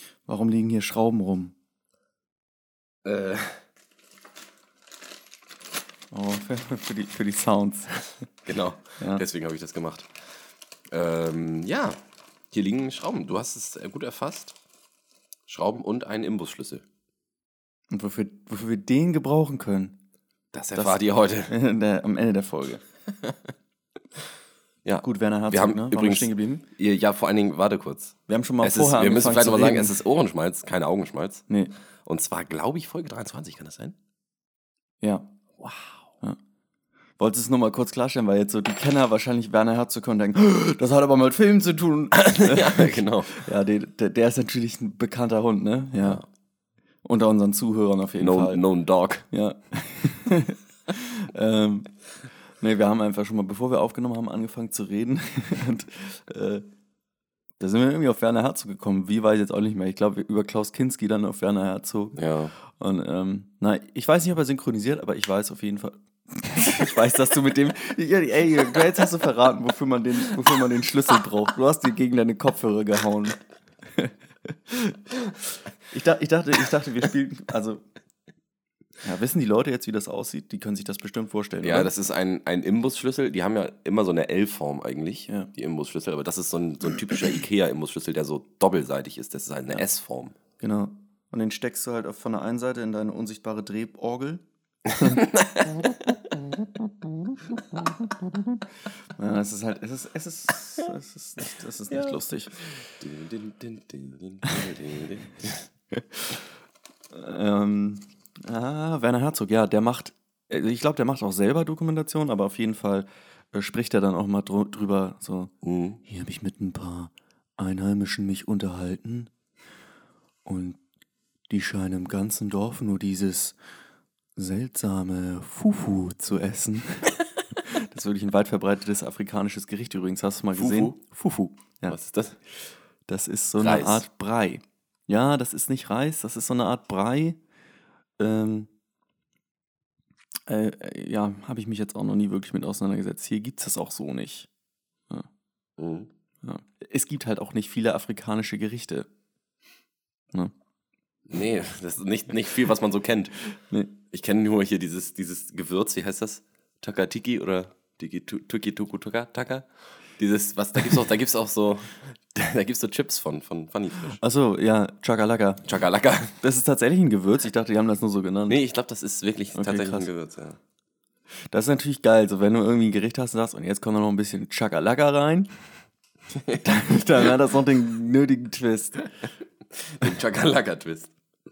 Warum liegen hier Schrauben rum? Oh, für die Sounds. Genau, Ja. Deswegen habe ich das gemacht. Ja, hier liegen Schrauben. Du hast es gut erfasst. Schrauben und einen Imbusschlüssel. Und wofür wir den gebrauchen können. Das erfahrt ihr heute. Am Ende der Folge. Ja. Gut, Werner Herzog, Wir haben ne? Waren übrigens stehen geblieben? Ja, vor allen Dingen, warte kurz. Wir haben schon mal Wir müssen angefangen vielleicht zu nochmal sagen, reden. es ist Ohrenschmalz, kein Augenschmalz. Nee. Und zwar, glaube ich, Folge 23, kann das sein? Ja. Wow. Ja. Wolltest du es nur mal kurz klarstellen, weil jetzt so die Kenner wahrscheinlich Werner Herzog und denken, das hat aber mit Filmen zu tun. Ja, genau. Ja, der ist natürlich ein bekannter Hund, ne? Ja. Unter unseren Zuhörern auf jeden Fall. Known dog. Ja. Nee, wir haben einfach schon mal, bevor wir aufgenommen haben, angefangen zu reden. Und da sind wir irgendwie auf Werner Herzog gekommen. Wie, weiß ich jetzt auch nicht mehr. Ich glaube, über Klaus Kinski dann auf Werner Herzog. Ja. Und ich weiß nicht, ob er synchronisiert, aber ich weiß auf jeden Fall. Ich weiß, dass du mit dem. Ey, jetzt hast du verraten, wofür man den Schlüssel braucht. Du hast dir gegen deine Kopfhörer gehauen. Ich dachte, wir spielen. Also. Ja, wissen die Leute jetzt, wie das aussieht? Die können sich das bestimmt vorstellen. Ja, oder? das ist ein Imbusschlüssel. Die haben ja immer so eine L-Form eigentlich, Ja. die Imbusschlüssel. Aber das ist so ein typischer Ikea-Imbusschlüssel, der so doppelseitig ist. Das ist halt eine S-Form. Genau. Und den steckst du halt von der einen Seite in deine unsichtbare Drehorgel. Ja, es ist nicht lustig. Werner Herzog, ja, der macht, ich glaube, der macht auch selber Dokumentation, aber auf jeden Fall spricht er dann auch mal drüber, so, hier habe ich mit ein paar Einheimischen mich unterhalten und die scheinen im ganzen Dorf nur dieses seltsame Fufu zu essen. Das ist wirklich ein weit verbreitetes afrikanisches Gericht übrigens. Hast du mal gesehen? Fufu. Ja. Was ist das? Das ist so Reis. eine Art Brei. Ja, das ist nicht Reis, das ist so eine Art Brei. Ja, habe ich mich jetzt auch noch nie wirklich mit auseinandergesetzt. Hier gibt es das auch so nicht. Ja. Ja. Es gibt halt auch nicht viele afrikanische Gerichte. Ne? Nee, das ist nicht viel, was man so kennt. Nee. Ich kenne nur hier dieses Gewürz, wie heißt das? Takatiki oder Tuki-Tuku-Taka? Dieses, da gibt's auch so Chips von Funny Fish. Achso, ja, Chakalaka. Chakalaka. Das ist tatsächlich ein Gewürz, ich dachte, die haben das nur so genannt. Nee, ich glaube, das ist wirklich tatsächlich krass. ein Gewürz, ja. Das ist natürlich geil, so wenn du irgendwie ein Gericht hast und sagst, und jetzt kommt noch ein bisschen Chakalaka rein, dann hat das noch den nötigen Twist. Den Chakalaka-Twist.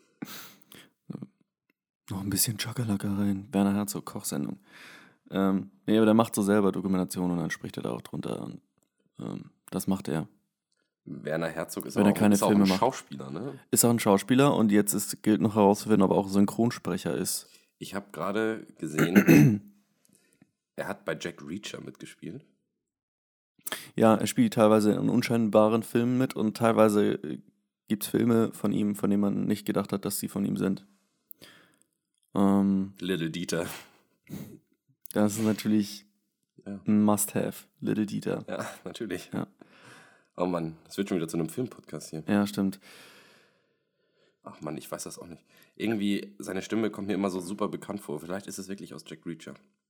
Noch ein bisschen Chakalaka rein. Werner Herzog, Kochsendung. Nee, aber der macht so selber Dokumentation und dann spricht er da auch drunter. Und, das macht er. Werner Herzog ist Wenn er keine auch Filme ein macht. Schauspieler, ne? Ist auch ein Schauspieler und jetzt gilt noch herauszufinden, ob er auch Synchronsprecher ist. Ich habe gerade gesehen, er hat bei Jack Reacher mitgespielt. Ja, er spielt teilweise in unscheinbaren Filmen mit und teilweise gibt es Filme von ihm, von denen man nicht gedacht hat, dass sie von ihm sind. Little Dieter. Das ist natürlich ein Must-Have. Little Dieter. Ja, natürlich. Ja. Oh Mann, das wird schon wieder zu einem Filmpodcast hier. Ja, stimmt. Ach Mann, ich weiß das auch nicht. Irgendwie, seine Stimme kommt mir immer so super bekannt vor. Vielleicht ist es wirklich aus Jack Reacher.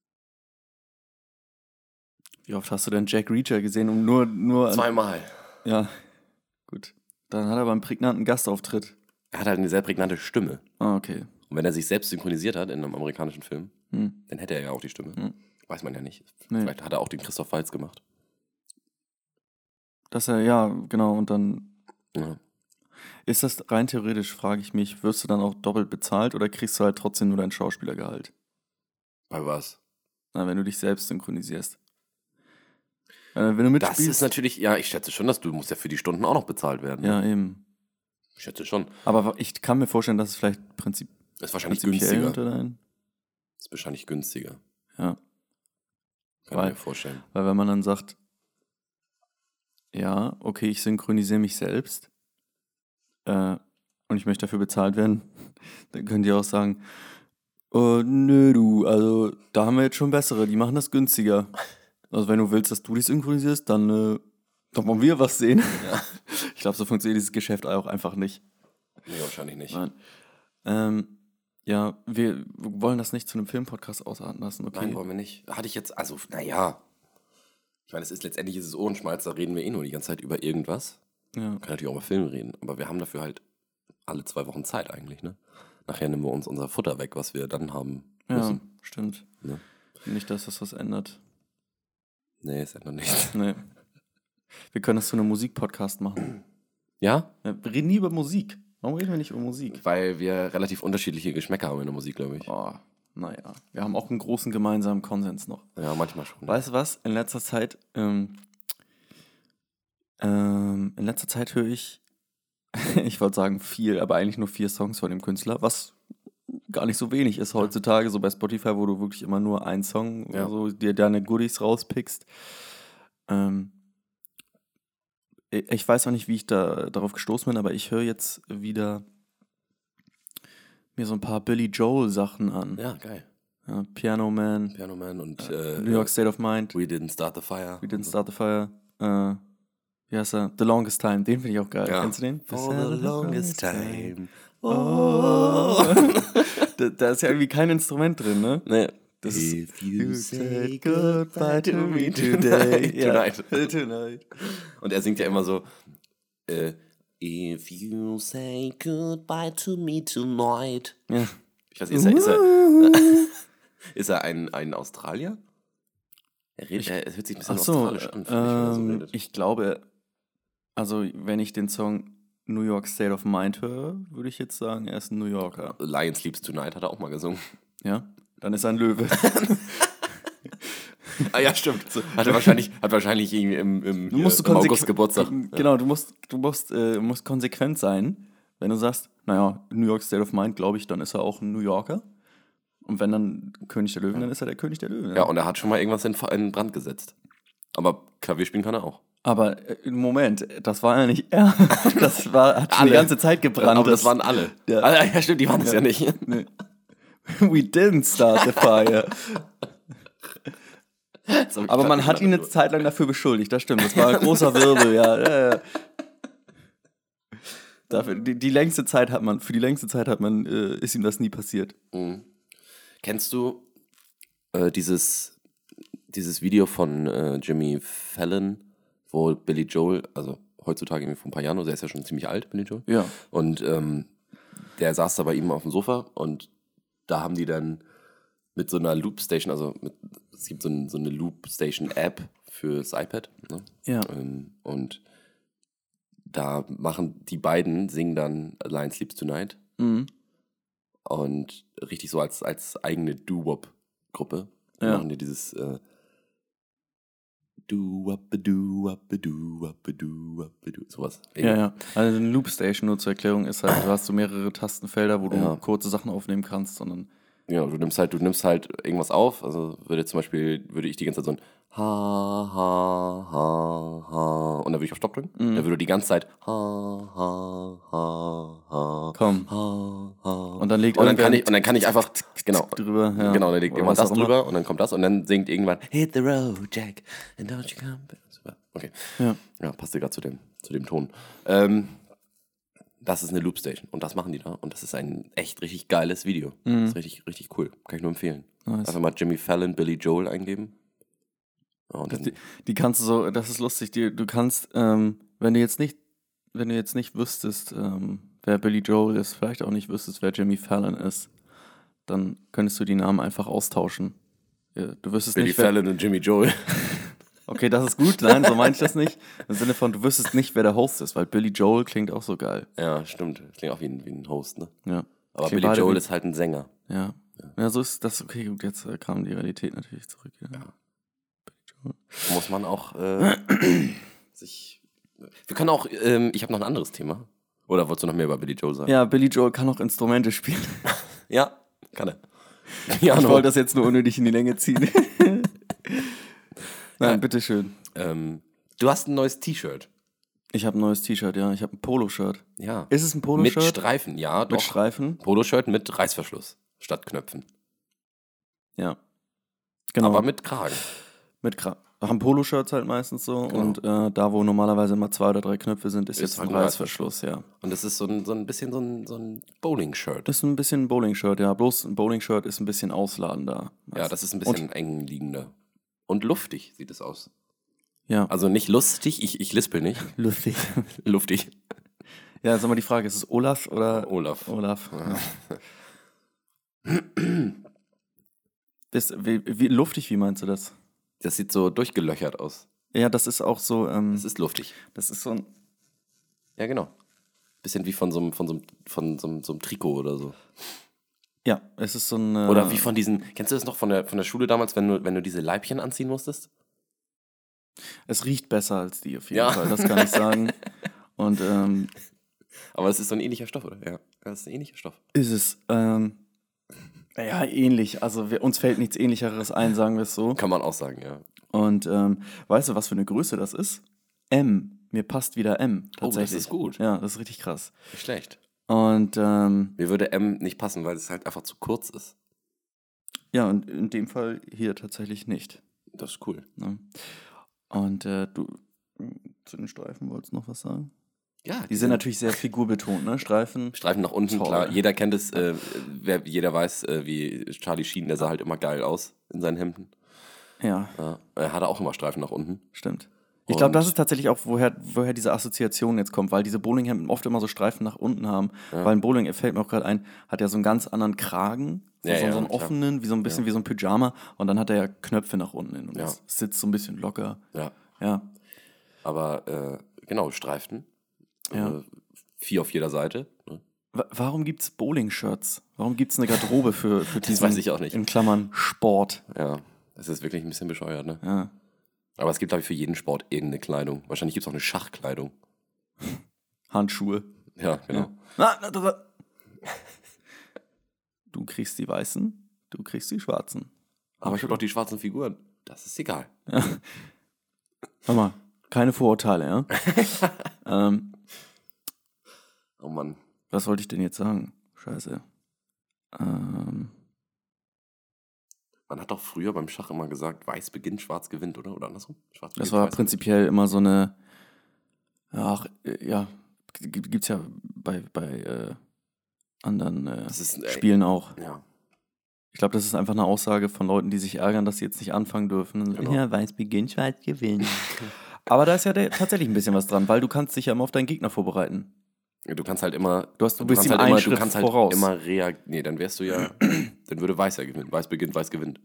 Wie oft hast du denn Jack Reacher gesehen? Um nur Zweimal. Ja, gut. Dann hat er aber einen prägnanten Gastauftritt. Er hat halt eine sehr prägnante Stimme. Ah, okay. Und wenn er sich selbst synchronisiert hat in einem amerikanischen Film, dann hätte er ja auch die Stimme. Weiß man ja nicht. Nee. Vielleicht hat er auch den Christoph Waltz gemacht. Dass er, ja, genau, und dann Ja. ist das rein theoretisch, frage ich mich, wirst du dann auch doppelt bezahlt oder kriegst du halt trotzdem nur dein Schauspielergehalt? Bei was? Na, wenn du dich selbst synchronisierst. Wenn du mitspielst. Das ist natürlich, ja, ich schätze schon, dass du musst ja für die Stunden auch noch bezahlt werden. Ja, eben. Ich schätze schon. Aber ich kann mir vorstellen, dass es vielleicht Ist wahrscheinlich prinzipiell günstiger. unter dein. Ist wahrscheinlich günstiger. Ja. Kann ich mir vorstellen. Weil wenn man dann sagt, ja, okay, ich synchronisiere mich selbst und ich möchte dafür bezahlt werden, dann können die auch sagen, oh, nö, du, also da haben wir jetzt schon bessere, die machen das günstiger. Also wenn du willst, dass du dich synchronisierst, dann wollen wir was sehen. Ja. Ich glaube, so funktioniert dieses Geschäft auch einfach nicht. Nee, wahrscheinlich nicht. Nein. Ja, wir wollen das nicht zu einem Filmpodcast ausarten lassen, okay? Nein, wollen wir nicht. Hatte ich jetzt, also, naja. Ich meine, letztendlich ist es Ohrenschmalz, da reden wir eh nur die ganze Zeit über irgendwas. Ja. Wir können natürlich auch über Filme reden, aber wir haben dafür halt alle 2 Wochen Zeit eigentlich, ne? Nachher nehmen wir uns unser Futter weg, was wir dann haben müssen. Ja, stimmt. Ne? Nicht, dass das was ändert. Nee, es ändert nichts. Nee. Wir können das zu einem Musikpodcast machen. Ja? Ja, wir reden nie über Musik. Warum reden wir nicht über Musik? Weil wir relativ unterschiedliche Geschmäcker haben in der Musik, glaube ich. Oh, naja. Wir haben auch einen großen gemeinsamen Konsens noch. Ja, manchmal schon. Weißt du was? In letzter Zeit höre ich, ich wollte sagen viel, aber eigentlich nur 4 Songs von dem Künstler, was gar nicht so wenig ist heutzutage, so bei Spotify, wo du wirklich immer nur einen Song oder so dir deine Goodies rauspickst. Ich weiß auch nicht, wie ich darauf gestoßen bin, aber ich höre jetzt wieder mir so ein paar Billy Joel Sachen an. Ja, geil. Ja, Piano Man und New York State of Mind. We Didn't Start the Fire. Wie heißt er? The Longest Time, den finde ich auch geil. Ja. Kennst du den? For the longest time. Oh. Da ist ja irgendwie kein Instrument drin, ne? Nee. Das If you say goodbye to me today. Tonight. Und er singt ja immer so, If you say goodbye to me tonight. Ja. Ich weiß nicht, ist er ein Australier? Er hört sich ein bisschen australisch an, finde ich, wenn er so redet. Ich glaube, also wenn ich den Song New York State of Mind höre, würde ich jetzt sagen, er ist ein New Yorker. Lion Sleeps Tonight hat er auch mal gesungen. Ja, dann ist er ein Löwe. Ah ja, stimmt. Hat wahrscheinlich irgendwie im August Geburtstag. Genau, du musst konsequent sein. Wenn du sagst, naja, New York State of Mind, glaube ich, dann ist er auch ein New Yorker. Und wenn dann König der Löwen, dann ist er der König der Löwen. Ja, und er hat schon mal irgendwas in Brand gesetzt. Aber Klavier spielen kann er auch. Aber Moment, das war ja nicht er. Hat schon die ganze Zeit gebrannt. Aber das waren alle. Ja, ja stimmt, die waren es ja nicht. Nee. We didn't start the fire. Aber man hat ihn eine Zeit lang dafür beschuldigt, das stimmt. Das war ein großer Wirbel, ja. Dafür, die längste Zeit hat man, ist ihm das nie passiert. Mhm. Kennst du dieses Video von Jimmy Fallon, wo Billy Joel, also heutzutage irgendwie vor ein paar Jahren, der ist ja schon ziemlich alt, Billy Joel. Ja. Und der saß da bei ihm auf dem Sofa und da haben die dann mit so einer Loopstation, es gibt so eine Loopstation-App fürs iPad. Ne? Ja. Und da singen dann Lion Sleeps Tonight. Mhm. Und richtig so als eigene Doo-Wop-Gruppe. Ja. Machen die dieses Doo-Wop-a-Doo-Wop-a-Doo-Wop-a-Doo-Wop-a-Doo, sowas. Ja. Also eine Loopstation, nur zur Erklärung, ist halt, du hast so mehrere Tastenfelder, wo du kurze Sachen aufnehmen kannst, sondern ja, du nimmst halt irgendwas auf. Also würde ich die ganze Zeit so ein Ha, Ha, Ha, Ha. Und dann würde ich auf Stopp drücken. Dann würde die ganze Zeit Ha, Ha, Ha, Ha. Komm. Ha, Ha. Und dann kann ich einfach drüber. Ja. Genau, dann legt Oder irgendwann was das auch immer. drüber und dann kommt das und dann singt irgendwann Hit the road, Jack, and don't you come back. Super. Okay. Ja. Ja, passte gerade zu dem Ton. Das ist eine Loopstation und das machen die da und das ist ein echt richtig geiles Video. Das ist richtig, richtig cool. Kann ich nur empfehlen. Nice. Einfach mal Jimmy Fallon, Billy Joel eingeben. Ja, und dann, Die kannst du so, das ist lustig, du kannst, wenn du jetzt nicht wüsstest, wer Billy Joel ist, vielleicht auch nicht wüsstest, wer Jimmy Fallon ist, dann könntest du die Namen einfach austauschen. Ja, du wüsstest Billy nicht, Fallon und Jimmy Joel. Okay, das ist gut, nein, so meine ich das nicht. Im Sinne von, du wüsstest nicht, wer der Host ist, weil Billy Joel klingt auch so geil. Ja, stimmt. Das klingt auch wie ein Host, ne? Ja. Aber Klingt Billy beide Joel wie- ist halt ein Sänger. Ja. Ja, so ist das, okay, gut, jetzt kam die Realität natürlich zurück. Ja. Muss man auch sich... Wir können auch... ich habe noch ein anderes Thema. Oder wolltest du noch mehr über Billy Joel sagen? Ja, Billy Joel kann auch Instrumente spielen. Ja, kann er. Ich wollte das jetzt nur unnötig in die Länge ziehen. Nein, bitteschön. Du hast ein neues T-Shirt. Ich habe ein neues T-Shirt, ja. Ich habe ein Poloshirt. Ja. Ist es ein Mit Poloshirt? Streifen, ja, doch. Mit Streifen? Poloshirt mit Reißverschluss statt Knöpfen. Ja. Genau. Aber mit Kragen. haben Poloshirts halt meistens so. Genau. Und da, wo normalerweise immer 2 oder 3 Knöpfe sind, ist jetzt halt ein ein Reißverschluss, ja. Und das ist so ein bisschen so ein Bowling-Shirt. Das ist ein bisschen ein Bowling-Shirt, ja. Bloß ein Bowling-Shirt ist ein bisschen ausladender. Ja, das ist ein bisschen eng liegender. Und luftig sieht es aus. Ja, Also nicht lustig, ich lispel nicht. lustig. Luftig. Ja, jetzt nochmal die Frage, ist es Olaf oder Olaf. Olaf? Ja. Wie luftig, wie meinst du das? Das sieht so durchgelöchert aus. Ja, das ist auch so, Das ist luftig. das ist so ein, Ja, genau. Bisschen wie von so einem Trikot oder so. ja, es ist so ein, Oder wie von diesen, kennst du das noch von der Schule damals, wenn du diese Leibchen anziehen musstest? es riecht besser als die auf jeden Ja. Fall, das kann ich sagen. Und Aber es ist so ein ähnlicher Stoff, oder? Ja, das ist ein ähnlicher Stoff. ist es, ja, ähnlich. Also uns fällt nichts Ähnlicheres ein, sagen wir es so. Kann man auch sagen, ja. Und weißt du, was für eine Größe das ist? M. Mir passt wieder M. Oh, das Tatsächlich. ist gut. Ja, das ist richtig krass. Nicht schlecht. Und Mir würde M nicht passen, weil es halt einfach zu kurz ist. ja, und in dem Fall hier tatsächlich nicht. Das ist cool. Ne? Und du zu den Streifen wolltest noch was sagen? Ja, Die sind natürlich sehr figurbetont, ne? Streifen. Streifen nach unten, Toll. klar. Jeder kennt es, jeder weiß, wie Charlie Sheen, der sah halt immer geil aus in seinen Hemden. Ja, Ja, er hatte auch immer Streifen nach unten. stimmt. Ich Und- glaube, das ist tatsächlich auch, woher diese Assoziation jetzt kommt, weil diese Bowlinghemden oft immer so Streifen nach unten haben. Weil ein Bowling, fällt mir auch gerade ein, hat ja so einen ganz anderen Kragen. So, Ja, so, ja, so einen klar. offenen, wie so ein bisschen wie so ein Pyjama. Und dann hat er ja Knöpfe nach unten hin. Und Ja. das sitzt so ein bisschen locker. Ja. Ja. Aber genau, Streifen. Ja. 4 auf jeder Seite. Ne? Warum gibt es Bowling-Shirts? Warum gibt es eine Garderobe für diesen, weiß ich auch nicht. in Klammern, Sport? Ja, das ist wirklich ein bisschen bescheuert, ne? Ja. Aber es gibt, glaube ich, für jeden Sport irgendeine Kleidung. Wahrscheinlich gibt es auch eine Schachkleidung. Handschuhe. Ja, genau. Du kriegst die weißen, du kriegst die schwarzen. Aber ich habe doch die schwarzen Figuren. Das ist egal. Hör mal, keine Vorurteile, ja? Oh Mann. Was wollte ich denn jetzt sagen? Scheiße. Man hat doch früher beim Schach immer gesagt, weiß beginnt, schwarz gewinnt, oder? Oder andersrum? Schwarz Das beginnt, war weiß prinzipiell immer so eine, ja, gibt's ja bei anderen Das ist, Spielen auch. gewinnt. Ja. Ich glaube, das ist einfach eine Aussage von Leuten, die sich ärgern, dass sie jetzt nicht anfangen dürfen. Genau. Ja, weiß beginnt, schwarz gewinnt. Aber da ist ja tatsächlich ein bisschen was dran, weil du kannst dich ja immer auf deinen Gegner vorbereiten. Du kannst halt immer. Du bist ihm kannst halt einen immer, Schritt du kannst halt voraus. immer reagieren. Nee, dann wärst du ja. Dann würde Weiß ja gewinnen. Weiß beginnt, Weiß gewinnt.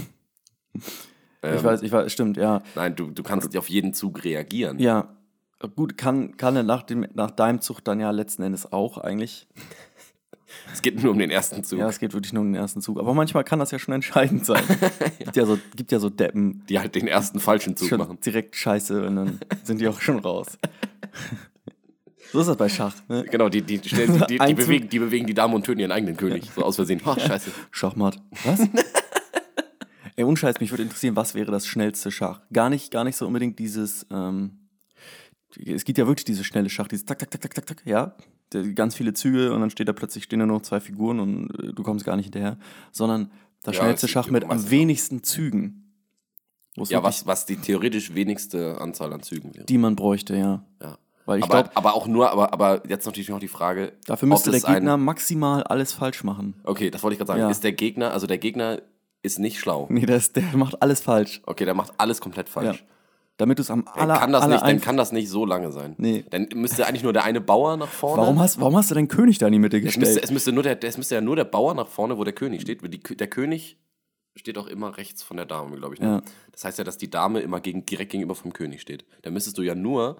Ich weiß, stimmt, ja. Nein, du kannst auf jeden Zug reagieren. Ja, gut, kann er nach deinem Zug dann ja letzten Endes auch eigentlich. Es geht nur um den ersten Zug. Ja, es geht wirklich nur um den ersten Zug. Aber manchmal kann das ja schon entscheidend sein. Gibt ja so Deppen, Die halt den ersten falschen Zug schon machen. direkt scheiße und dann sind die auch schon raus. So ist das bei Schach. Ne? Genau, die Ein Zug. bewegen die Damen und töten ihren eigenen König. So aus Versehen. Oh, scheiße. Schachmatt. Was? Ey, unscheiß, mich würde interessieren, was wäre das schnellste Schach? Gar nicht so unbedingt dieses, es gibt ja wirklich dieses schnelle Schach, dieses tak, tak, tak, tak, tak, tak, ja, ganz viele Züge und dann stehen da nur noch 2 Figuren und du kommst gar nicht hinterher, sondern das Ja, schnellste es Schach gibt mit meistens am wenigsten Zügen. Wo's Ja, wirklich- was die theoretisch wenigste Anzahl an Zügen wäre. Die man bräuchte, ja. Ja. Weil ich Aber, glaube, aber auch nur, aber jetzt natürlich noch die Frage. dafür müsste ob der es ein- Gegner maximal alles falsch machen. Okay, das wollte ich gerade sagen. Ja. Ist der Gegner ist nicht schlau. Nee, der macht alles falsch. Okay, der macht alles komplett falsch. Ja. Damit du es am Dann kann das nicht so lange sein. Nee. Dann müsste eigentlich nur der eine Bauer nach vorne. Warum hast du deinen König da in die Mitte gestellt? Es müsste ja nur der Bauer nach vorne, wo der König steht. Der König steht auch immer rechts von der Dame, glaube ich. Ne? Ja. Das heißt ja, dass die Dame immer direkt gegenüber vom König steht. Dann müsstest du ja nur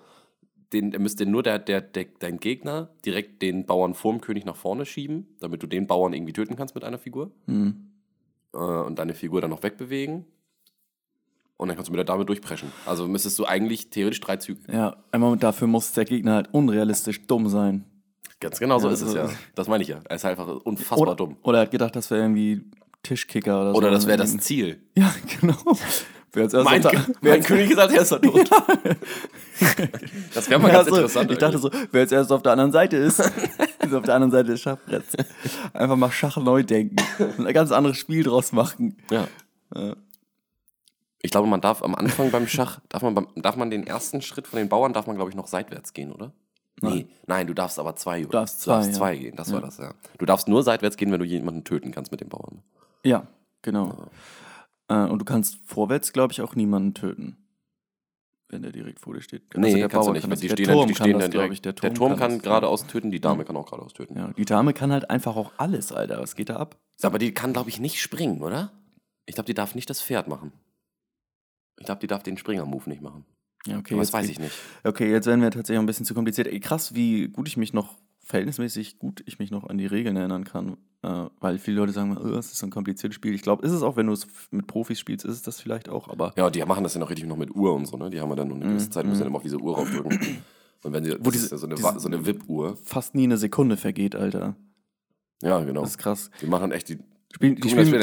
dein Gegner direkt den Bauern vorm König nach vorne schieben, damit du den Bauern irgendwie töten kannst mit einer Figur. Und deine Figur dann noch wegbewegen. Und dann kannst du mit der Dame durchpreschen. Also müsstest du eigentlich theoretisch 3 Züge. Ja, einmal dafür muss der Gegner halt unrealistisch dumm sein. Ganz genau so Ja, ist es so- ja. Das meine ich ja. Er ist einfach unfassbar dumm. Oder er hat gedacht, das wäre irgendwie Tischkicker oder so. Oder das wäre das Ziel. Ja, genau. Wer als Mein König ist als erster tot. Das wäre mal ganz interessant. Ich dachte so, wer als erstes auf der anderen Seite ist, ist auf der anderen Seite des Schachbretts. Einfach mal Schach neu denken. Und ein ganz anderes Spiel draus machen. Ja. Ich glaube, man darf am Anfang beim Schach, darf man den ersten Schritt von den Bauern, darf man, glaube ich, noch seitwärts gehen, oder? Nein, du darfst aber zwei. Du darfst zwei gehen, das war das, ja. Du darfst nur seitwärts gehen, wenn du jemanden töten kannst mit den Bauern. Ja, genau. Und du kannst vorwärts, glaube ich, auch niemanden töten. Wenn der direkt vor dir steht. Nee, der kannst Bauer du nicht. kann Die das, stehen der Turm die kann stehen das, dann glaube ich. direkt. Der Turm kann geradeaus töten, die Dame kann auch geradeaus töten. Ja, die Dame kann halt einfach auch alles, Alter. Was geht da ab? Aber die kann, glaube ich, nicht springen, oder? Ich glaube, die darf nicht das Pferd machen. Ich glaube, die darf den Springer-Move nicht machen. Ja, okay. Aber das weiß ich nicht. Okay, jetzt werden wir tatsächlich ein bisschen zu kompliziert. Ey, krass, wie gut ich mich noch, verhältnismäßig gut ich mich noch an die Regeln erinnern kann. Weil viele Leute sagen, es ist so ein kompliziertes Spiel. Ich glaube, ist es auch, wenn du es mit Profis spielst, ist es das vielleicht auch, aber... Ja, die machen das ja noch richtig noch mit Uhr und so, ne? Die haben ja dann nur eine gewisse Zeit, müssen dann immer auf diese Uhr raufdrücken. Und wenn sie, das ist ja so eine VIP-Uhr. Fast nie eine Sekunde vergeht, Alter. Ja, genau. Das ist krass. Die machen echt Die spielen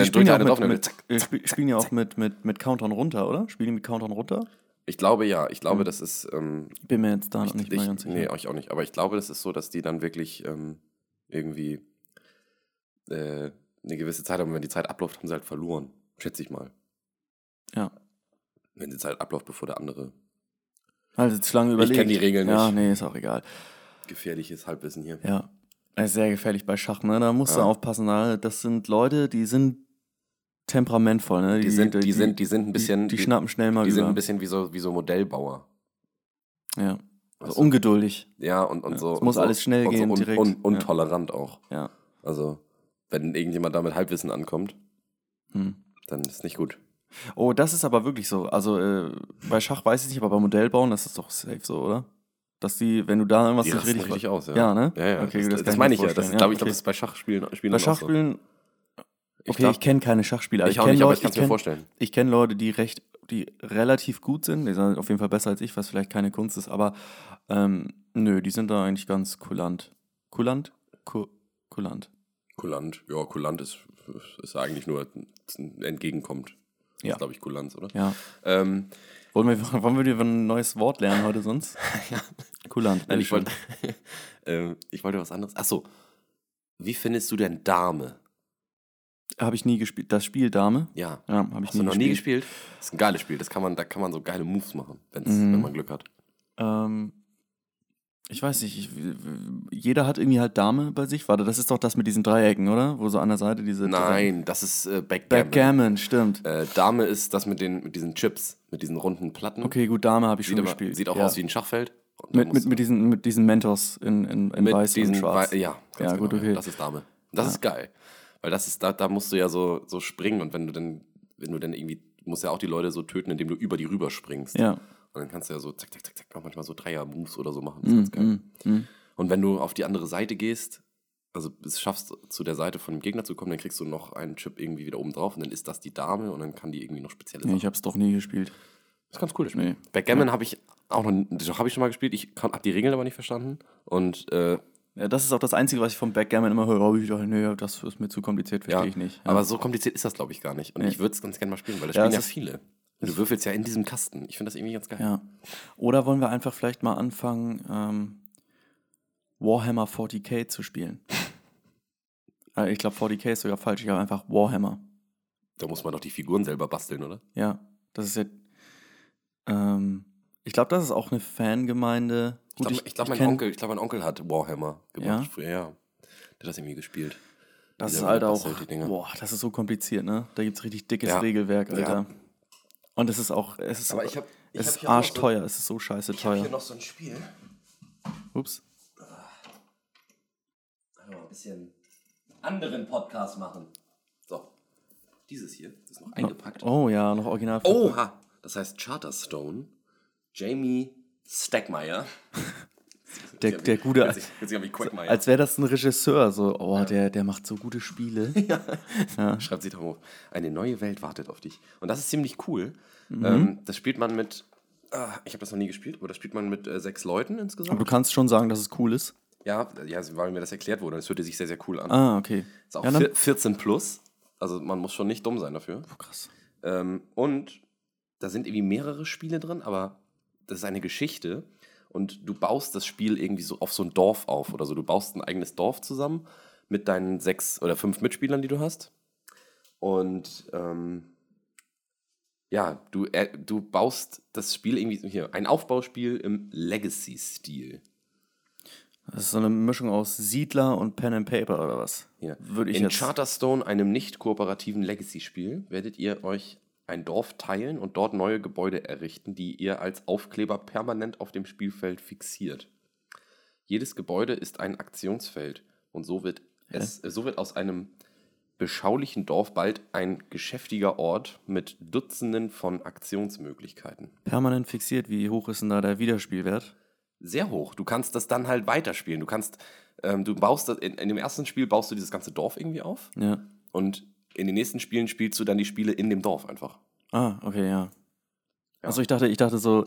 ja auch mit Countdown runter, oder? Spielen die mit Countdown runter? Ich glaube, ja. Ich glaube, das ist... Bin mir jetzt da noch nicht mal ganz sicher. Nee, ich auch nicht. Aber ich glaube, das ist so, dass die dann wirklich irgendwie eine gewisse Zeit haben. Wenn die Zeit abläuft, haben sie halt verloren. Schätze ich mal. Ja. Wenn die Zeit abläuft, bevor der andere... Also jetzt lange überlegt. Ich kenne die Regeln nicht. Ja, nee, ist auch egal. Gefährliches Halbwissen hier. Ja. Das ist sehr gefährlich bei Schach, ne? Da musst du aufpassen. Das sind Leute, die sind temperamentvoll, ne? Die sind ein bisschen... Die schnappen schnell mal Die über. sind ein bisschen wie so Modellbauer. Ja. Also ungeduldig. Ja, und so. Es muss alles schnell gehen, direkt. Und tolerant auch. Ja. Also, wenn irgendjemand da mit Halbwissen ankommt, dann ist es nicht gut. Oh, das ist aber wirklich so. Also, bei Schach weiß ich nicht, aber bei Modellbauen, das ist doch safe so, oder? Dass die, wenn du da irgendwas die nicht richtig aus, ja. Ja, ne? Ja. Okay, das meine ich ja. Das glaube ich, das ist bei Schachspielen. Bei Schachspielen. Okay, ich kenne keine Schachspieler. Ich auch nicht, aber ich kann es mir vorstellen. Ich kenne Leute, die relativ gut sind. Die sind auf jeden Fall besser als ich, was vielleicht keine Kunst ist. Aber nö, die sind da eigentlich ganz kulant. Kulant? Kulant. Kulant. Ja, kulant ist eigentlich nur entgegenkommt. Das ist, glaube ich, Kulanz, oder? Ja. Wollen wir dir ein neues Wort lernen heute sonst? Ja. Kulant. Nein, ich wollte was anderes. Achso. Wie findest du denn Dame? Habe ich nie gespielt. Das Spiel Dame? Ja. Habe ich Hast du noch nie gespielt? Das ist ein geiles Spiel. Da kann man so geile Moves machen, wenn man Glück hat. Ich weiß nicht. Jeder hat irgendwie halt Dame bei sich. Warte, das ist doch das mit diesen Dreiecken, oder? Wo so an der Seite diese... Nein, das ist Backgammon. Backgammon, stimmt. Dame ist das mit diesen Chips, mit diesen runden Platten. Okay, gut, Dame habe ich schon gespielt. Sieht auch aus wie ein Schachfeld. Mit diesen Mentos in weiß und schwarz. Ja, ganz genau, gut, okay. Das ist Dame. Das ist geil. Weil das ist, da musst du ja so springen und wenn du dann irgendwie, du musst ja auch die Leute so töten, indem du über die rüber springst. Ja. Und dann kannst du ja so zack, zack, zack, zack, auch manchmal so Dreier-Moves oder so machen. Das ist ganz geil. Und wenn du auf die andere Seite gehst, also es schaffst, zu der Seite von dem Gegner zu kommen, dann kriegst du noch einen Chip irgendwie wieder oben drauf und dann ist das die Dame und dann kann die irgendwie noch spezielle Sachen. Nee, ich habe es doch nie gespielt. Das ist ganz cool, das Spiel. Nee. Backgammon habe ich auch habe ich schon mal gespielt. Ich habe die Regeln aber nicht verstanden. Und ja, das ist auch das Einzige, was ich vom Backgammon immer höre. Nee, das ist mir zu kompliziert, verstehe ich nicht. Ja. Aber so kompliziert ist das, glaube ich, gar nicht. Und ich würde es ganz gerne mal spielen, weil das spielen ja viele. Und du würfelst ja in diesem Kasten. Ich finde das irgendwie ganz geil. Ja. Oder wollen wir einfach vielleicht mal anfangen, Warhammer 40k zu spielen? Ich glaube, 40k ist sogar falsch. Ich habe einfach Warhammer. Da muss man doch die Figuren selber basteln, oder? Ja, das ist jetzt... ich glaube, das ist auch eine Fangemeinde. Gut, ich glaube, mein Onkel hat Warhammer gemacht früher, ja. Der hat das irgendwie gespielt. Das ist halt auch... Boah, das ist so kompliziert, ne? Da gibt es richtig dickes Regelwerk, Alter. Ja. Und es ist auch... Es ist arschteuer. Es ist so scheiße teuer. Ich habe hier noch so ein Spiel. Ups. Ein bisschen anderen Podcast machen. So. Dieses hier, das ist noch eingepackt. Oh ja, noch original. Oha! Das heißt Charterstone. Jamie Stegmaier. Der gute, als wäre das ein Regisseur, so, der macht so gute Spiele. Ja. Schreibt sich drauf. Eine neue Welt wartet auf dich. Und das ist ziemlich cool. Das spielt man mit, ich habe das noch nie gespielt, aber das spielt man mit 6 Leuten insgesamt. Aber du kannst schon sagen, dass es cool ist. Ja, weil mir das erklärt wurde. Das hörte sich sehr, sehr cool an. Ah, okay. Ist auch 14 plus. Also man muss schon nicht dumm sein dafür. Oh, krass. Und da sind irgendwie mehrere Spiele drin, aber das ist eine Geschichte und du baust das Spiel irgendwie so auf so ein Dorf auf oder so. Du baust ein eigenes Dorf zusammen mit deinen 6 oder 5 Mitspielern, die du hast. Und Ja, du baust das Spiel irgendwie hier, ein Aufbauspiel im Legacy-Stil. Das ist so eine Mischung aus Siedler und Pen and Paper oder was? Ja. Würde ich In jetzt. Charterstone, einem nicht kooperativen Legacy-Spiel, werdet ihr euch ein Dorf teilen und dort neue Gebäude errichten, die ihr als Aufkleber permanent auf dem Spielfeld fixiert. Jedes Gebäude ist ein Aktionsfeld und so wird aus einem beschaulichen Dorf bald ein geschäftiger Ort mit Dutzenden von Aktionsmöglichkeiten. Permanent fixiert, wie hoch ist denn da der Wiederspielwert? Sehr hoch. Du kannst das dann halt weiterspielen. Du baust das, in dem ersten Spiel baust du dieses ganze Dorf irgendwie auf. Ja. Und in den nächsten Spielen spielst du dann die Spiele in dem Dorf einfach. Ah, okay, ja. Also ich dachte so,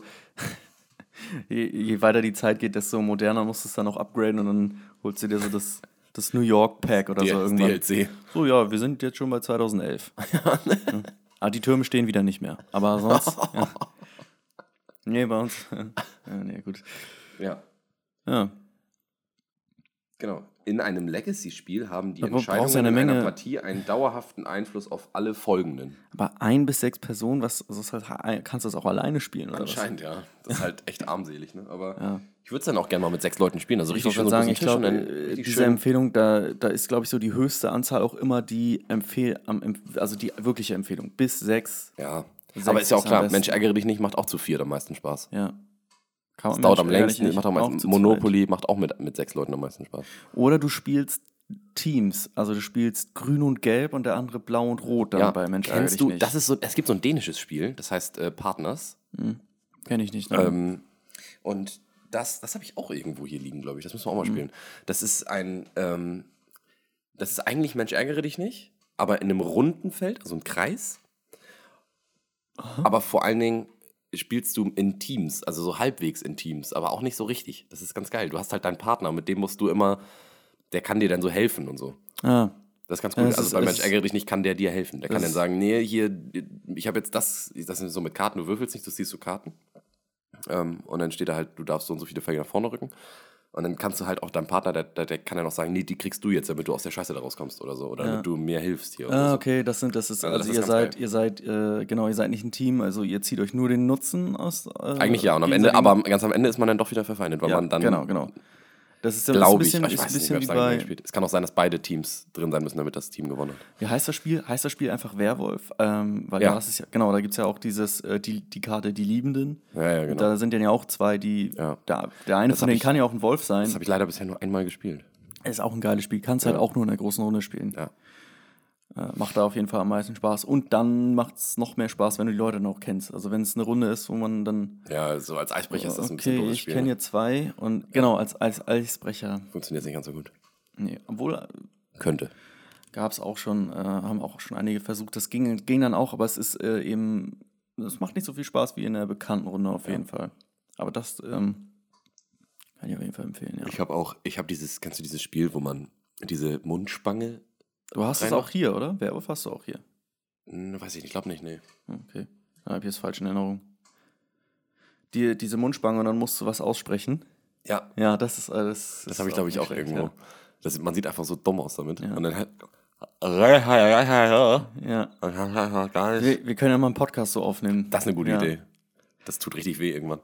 je weiter die Zeit geht, desto moderner musst du es dann auch upgraden und dann holst du dir so das New York Pack oder so irgendwann. DLC. So, ja, wir sind jetzt schon bei 2011. Ja. Aber die Türme stehen wieder nicht mehr. Aber sonst, ja. Nee, bei uns, nee, gut. Ja. Ja. Genau. In einem Legacy-Spiel haben die Aber brauchst Entscheidungen du eine in einer Menge- Partie einen dauerhaften Einfluss auf alle folgenden. Aber 1 bis 6 Personen, was ist halt, kannst du das auch alleine spielen, oder Anscheinend, ja. Das ist halt echt armselig, ne? Aber Ja. ich würde es dann auch gerne mal mit 6 Leuten spielen. Also was? Ich richtig wollte schön gerade so sagen, ich einen großen Tisch und glaube, dann richtig diese schön. Empfehlung, da ist, glaube ich, so die höchste Anzahl auch immer die also die wirkliche Empfehlung. Bis 6. Ja. 6 Aber ist ja auch ist am klar, besten. Mensch, ärgere dich nicht, macht auch zu 4 am meisten Spaß. Ja. Kann Das man dauert am Mensch, längsten, ehrlich macht auch nicht, meistens, zu Monopoly macht auch mit 6 Leuten am meisten Spaß. zweit. Oder du spielst Teams. Also du spielst grün und gelb und der andere blau und rot dann Ja, bei Mensch, kennst du, nicht. das ist so, es gibt so ein dänisches Spiel, das heißt Partners. Kenn ich nicht. Ne? Und das habe ich auch irgendwo hier liegen, glaube ich. Das müssen wir auch mal spielen. Das ist das ist eigentlich Mensch, ärgere dich nicht, aber in einem runden Feld, also im Kreis. Aber vor allen Dingen spielst du in Teams, also so halbwegs in Teams, aber auch nicht so richtig. Das ist ganz geil. Du hast halt deinen Partner, mit dem musst du immer, der kann dir dann so helfen und so. Ah. Das ist ganz cool. Ja, es also ist- bei es Mensch, ist- ärgere dich nicht, kann der dir helfen. Der kann das dann ist- sagen, nee, hier, ich habe jetzt das ist so mit Karten, du würfelst nicht, du ziehst so Karten. Und dann steht da halt, du darfst so und so viele Felder nach vorne rücken. Und dann kannst du halt auch deinem Partner, der kann ja noch sagen, nee, die kriegst du jetzt, damit du aus der Scheiße da rauskommst oder so. Oder damit du mir hilfst hier. Oder so. Okay, das ist, das ist also ihr seid nicht ein Team, also ihr zieht euch nur den Nutzen aus. Eigentlich ja, und am Ende, aber ganz am Ende ist man dann doch wieder verfeindet, weil man dann, genau. Das ist glaube ist ich, ein ich bisschen, weiß ist ein nicht, bisschen wer wie es bei, gespielt. Es kann auch sein, dass beide Teams drin sein müssen, damit das Team gewonnen hat. wie heißt das Spiel? Heißt das Spiel einfach Werwolf? Weil Ja. das ist ja, genau, da gibt es ja auch die Karte Die Liebenden. Ja, genau. Da sind dann ja auch zwei, die, Ja. der eine Das von hab denen ich- kann ja auch ein Wolf sein. Das habe ich leider bisher nur einmal gespielt. Ist auch ein geiles Spiel. Kannst halt auch nur in einer großen Runde spielen. Ja. Macht da auf jeden Fall am meisten Spaß. Und dann macht es noch mehr Spaß, wenn du die Leute noch kennst. Also wenn es eine Runde ist, wo man dann. Ja, so als Eisbrecher ist das ein bisschen Okay, doofes ich Spiel. kenne hier 2 und genau, als Eisbrecher. Funktioniert nicht ganz so gut. Nee, obwohl Könnte. gab es auch schon, haben auch schon einige versucht. Das ging dann auch, aber es ist eben, es macht nicht so viel Spaß wie in der bekannten Runde auf jeden Fall. Aber das kann ich auf jeden Fall empfehlen, ja. Kennst du dieses Spiel, wo man diese Mundspange, Du hast es reinmacht? auch hier, oder? Werwolf hast du auch hier. Weiß ich nicht, glaube nicht, nee. Okay, da habe ich jetzt falsch in Erinnerung. Diese Mundspange und dann musst du was aussprechen. Ja, Ja, das ist alles. das habe ich, glaube ich, auch nicht schlecht, irgendwo. Man sieht einfach so dumm aus damit. Ja. Und dann halt. Ja. Ja. Gar nicht. Wir können ja mal einen Podcast so aufnehmen. Das ist eine gute Ja. Idee. Das tut richtig weh irgendwann.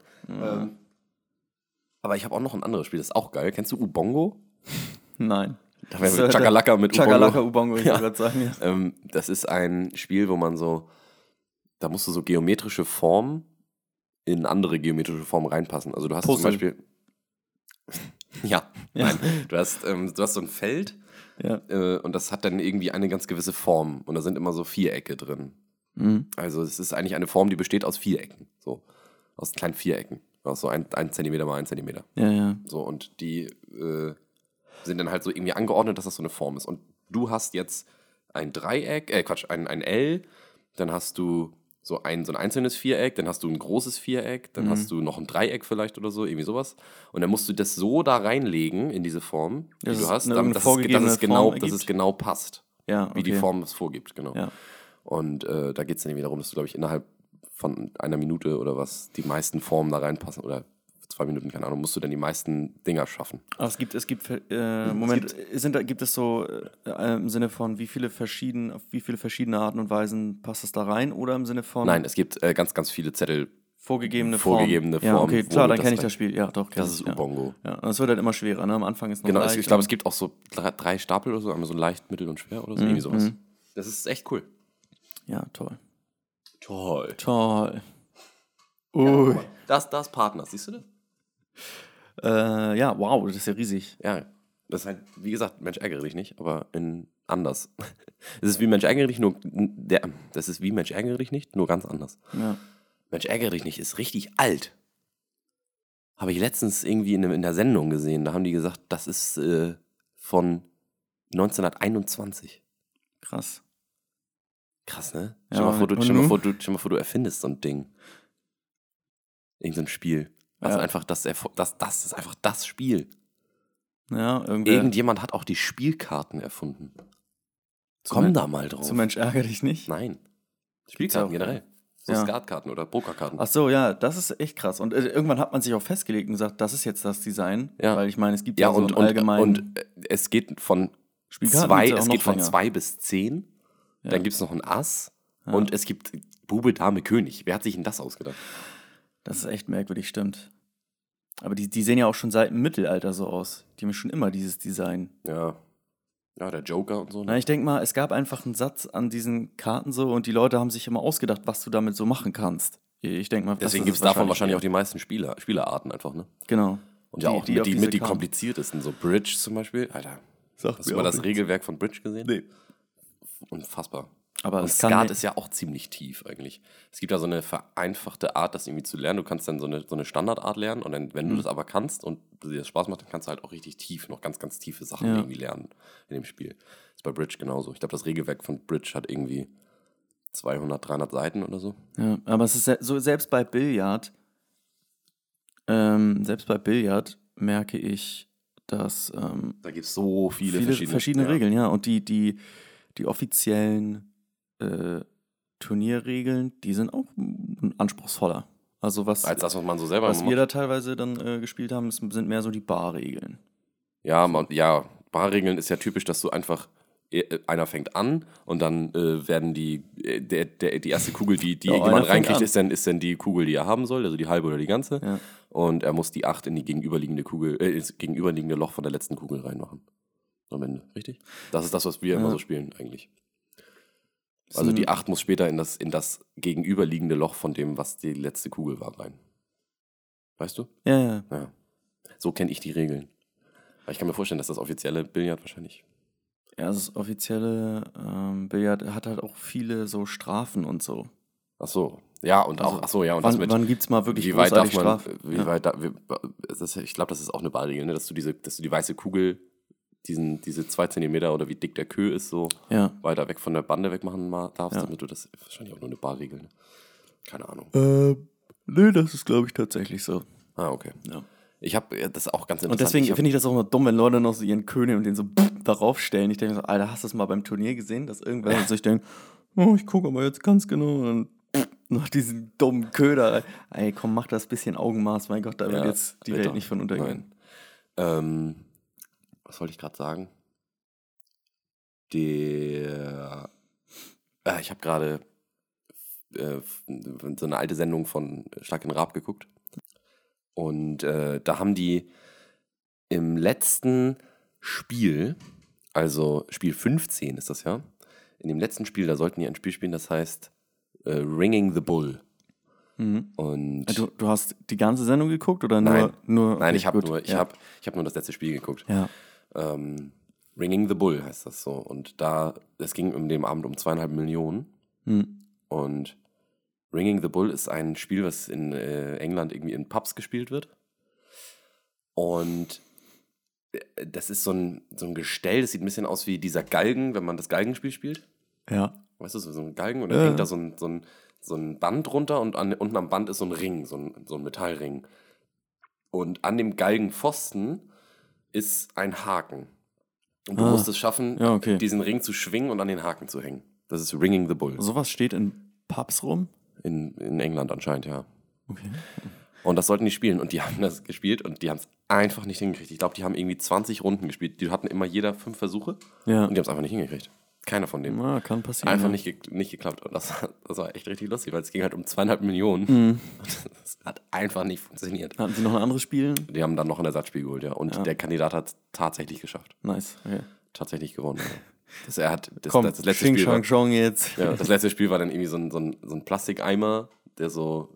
Aber ich habe auch noch ein anderes Spiel, das ist auch geil. Kennst du Ubongo? Nein. Da wäre mit Chakalaka mit Chakalaka Ubongo. Ubongo, ich Ja. wollte gerade sagen. Ja. Das ist ein Spiel, wo man da musst du so geometrische Formen in andere geometrische Formen reinpassen. Also du hast zum Puzzle. Beispiel. Ja, nein. Du hast so ein Feld Ja. und das hat dann irgendwie eine ganz gewisse Form. Und da sind immer so Vierecke drin. Mhm. Also es ist eigentlich eine Form, die besteht aus Vierecken. So. Aus kleinen Vierecken. Aus so 1 Zentimeter mal 1 Zentimeter. Ja. So, und die sind dann halt so irgendwie angeordnet, dass das so eine Form ist. Und du hast jetzt ein Dreieck, ein L, dann hast du so ein einzelnes Viereck, dann hast du ein großes Viereck, dann hast du noch ein Dreieck vielleicht oder so, irgendwie sowas. Und dann musst du das so da reinlegen in diese Form, die Dass du es hast, eine damit, dass vorgegebene es Form genau passt, Ja, wie die okay. Form es vorgibt, genau. Ja. Und da geht es dann irgendwie darum, dass du, glaube ich, innerhalb von einer Minute oder was die meisten Formen da reinpassen oder 2 Minuten, keine Ahnung, musst du denn die meisten Dinger schaffen. Aber gibt es so im Sinne von, auf wie viele verschiedene Arten und Weisen passt es da rein? Oder im Sinne von Nein, es gibt ganz, ganz viele Zettel. vorgegebene Formen. Ja, okay, klar, dann kenne ich das Spiel. Ja, doch, das ist Ubongo. Ja, und es wird halt immer schwerer, ne? Am Anfang ist noch Genau, leicht. ich glaube, es gibt auch so 3 Stapel oder so, einmal so leicht, mittel und schwer oder so, irgendwie sowas. Das ist echt cool. Ja, toll. Toll. Ui. Das Partners, siehst du das? Ja, wow, das ist ja riesig. Ja, das ist halt, wie gesagt, Mensch, ärgere dich nicht, aber anders. Es ist wie Mensch, ärgere dich das ist wie Mensch, ärgere dich nicht, nur ganz anders. Ja. Mensch, ärgere dich nicht ist richtig alt. Habe ich letztens irgendwie in der Sendung gesehen, da haben die gesagt, das ist von 1921. Krass. Krass, ne? Ja, Stell mal vor, du erfindest so ein Ding. Irgendein Spiel. Also einfach, das ist einfach das Spiel. Ja, Irgendjemand hat auch die Spielkarten erfunden. Komm da mal drauf. Zum Mensch, ärgere dich nicht. Nein. Spielkarten generell. So Skatkarten oder Pokerkarten. Ach so, ja, das ist echt krass. Und irgendwann hat man sich auch festgelegt und gesagt, das ist jetzt das Design. Ja. Weil ich meine, es gibt ja so einen allgemeinen... Und es geht von Spielkarten 2 bis 10. Ja. Dann gibt es noch ein Ass. Ja. Und es gibt Bube, Dame, König. Wer hat sich denn das ausgedacht? Das ist echt merkwürdig, stimmt. Aber die sehen ja auch schon seit dem Mittelalter so aus. Die haben schon immer dieses Design. Ja. Ja, der Joker und so. Ne? Na, ich denke mal, es gab einfach einen Satz an diesen Karten so und die Leute haben sich immer ausgedacht, was du damit so machen kannst. Ich denke mal, deswegen gibt es davon wahrscheinlich auch die meisten Spielerarten einfach, ne? Genau. Und ja auch die kompliziertesten, so Bridge zum Beispiel. Alter, hast du mal das Regelwerk von Bridge gesehen? Nee. Unfassbar. Aber und Skat ist ja auch ziemlich tief eigentlich. Es gibt ja so eine vereinfachte Art, das irgendwie zu lernen. Du kannst dann so eine Standardart lernen und dann, wenn du das aber kannst und dir das Spaß macht, dann kannst du halt auch richtig tief, noch ganz, ganz tiefe Sachen irgendwie lernen in dem Spiel. Das ist bei Bridge genauso. Ich glaube, das Regelwerk von Bridge hat irgendwie 200, 300 Seiten oder so. Ja, aber es ist so, selbst bei Billard merke ich, dass da gibt es so viele verschiedene Regeln, ja. Und die offiziellen Turnierregeln, die sind auch anspruchsvoller. Also als das, was man so selber macht. Was wir da teilweise dann gespielt haben, sind mehr so die Barregeln. Ja, Barregeln ist ja typisch, dass du einfach einer fängt an und dann werden die erste Kugel, die irgendjemand reinkriegt, ist dann die Kugel, die er haben soll, also die halbe oder die ganze. Ja. Und er muss die 8 in die gegenüberliegende ins gegenüberliegende Loch von der letzten Kugel reinmachen. Am Ende, richtig? Das ist das, was wir immer so spielen eigentlich. Also die 8 muss später in das gegenüberliegende Loch von dem, was die letzte Kugel war, rein. Weißt du? Ja. So kenne ich die Regeln. Aber ich kann mir vorstellen, dass das offizielle Billard wahrscheinlich... Ja, das offizielle Billard hat halt auch viele so Strafen und so. Ach so. Ja, und auch... Ach so, ja. Und wann gibt es mal wirklich wie weit darf man... Strafen? Ich glaube, das ist auch eine Barregel, ne? Dass du die weiße Kugel... diese 2 Zentimeter oder wie dick der Queue ist, so weiter weg von der Bande wegmachen darfst, damit du das wahrscheinlich auch nur eine Barregel, ne? Keine Ahnung. Nee, das ist, glaube ich, tatsächlich so. Ah, okay. Ja. Ich habe das auch ganz interessant. Und deswegen finde ich das auch immer dumm, wenn Leute noch so ihren König und den so darauf stellen. Ich denke so, Alter, hast du das mal beim Turnier gesehen? Dass irgendwer sich denkt, oh, ich gucke aber jetzt ganz genau und noch diesen dummen Köder. Ey, komm, mach das bisschen Augenmaß, mein Gott, da wird jetzt die Welt nicht von untergehen. Was wollte ich gerade sagen? Ich habe gerade so eine alte Sendung von Schlag den Raab geguckt. Und da haben die im letzten Spiel, also Spiel 15 ist das ja, in dem letzten Spiel, da sollten die ein Spiel spielen, das heißt Ringing the Bull. Mhm. Und du hast die ganze Sendung geguckt oder nur? Nein, ich habe nur das letzte Spiel geguckt. Ja. Ringing the Bull heißt das so. Und es ging in dem Abend um 2,5 Millionen. Und Ringing the Bull ist ein Spiel, was in England irgendwie in Pubs gespielt wird. Und das ist so ein Gestell, das sieht ein bisschen aus wie dieser Galgen, wenn man das Galgenspiel spielt. Ja. Weißt du, so ein Galgen und dann hängt da so ein Band runter und unten am Band ist so ein Ring, so ein Metallring. Und an dem Galgenpfosten ist ein Haken. Und du musst es schaffen, diesen Ring zu schwingen und an den Haken zu hängen. Das ist Ringing the Bull. Sowas steht in Pubs rum? In England anscheinend, ja. Okay. Und das sollten die spielen. Und die haben das gespielt und die haben es einfach nicht hingekriegt. Ich glaube, die haben irgendwie 20 Runden gespielt. Die hatten immer jeder 5 Versuche Ja. und die haben es einfach nicht hingekriegt. Keiner von denen. Ja, kann passieren. Einfach ja. nicht geklappt. Und das war echt richtig lustig, weil es ging halt um 2,5 Millionen. Und das hat einfach nicht funktioniert. Hatten sie noch ein anderes Spiel? Die haben dann noch ein Ersatzspiel geholt, ja. Und der Kandidat hat es tatsächlich geschafft. Nice, okay. Tatsächlich gewonnen. Ja. Das letzte Xing Spiel war, Shang Chong jetzt. ja, das letzte Spiel war dann irgendwie so ein Plastikeimer, der so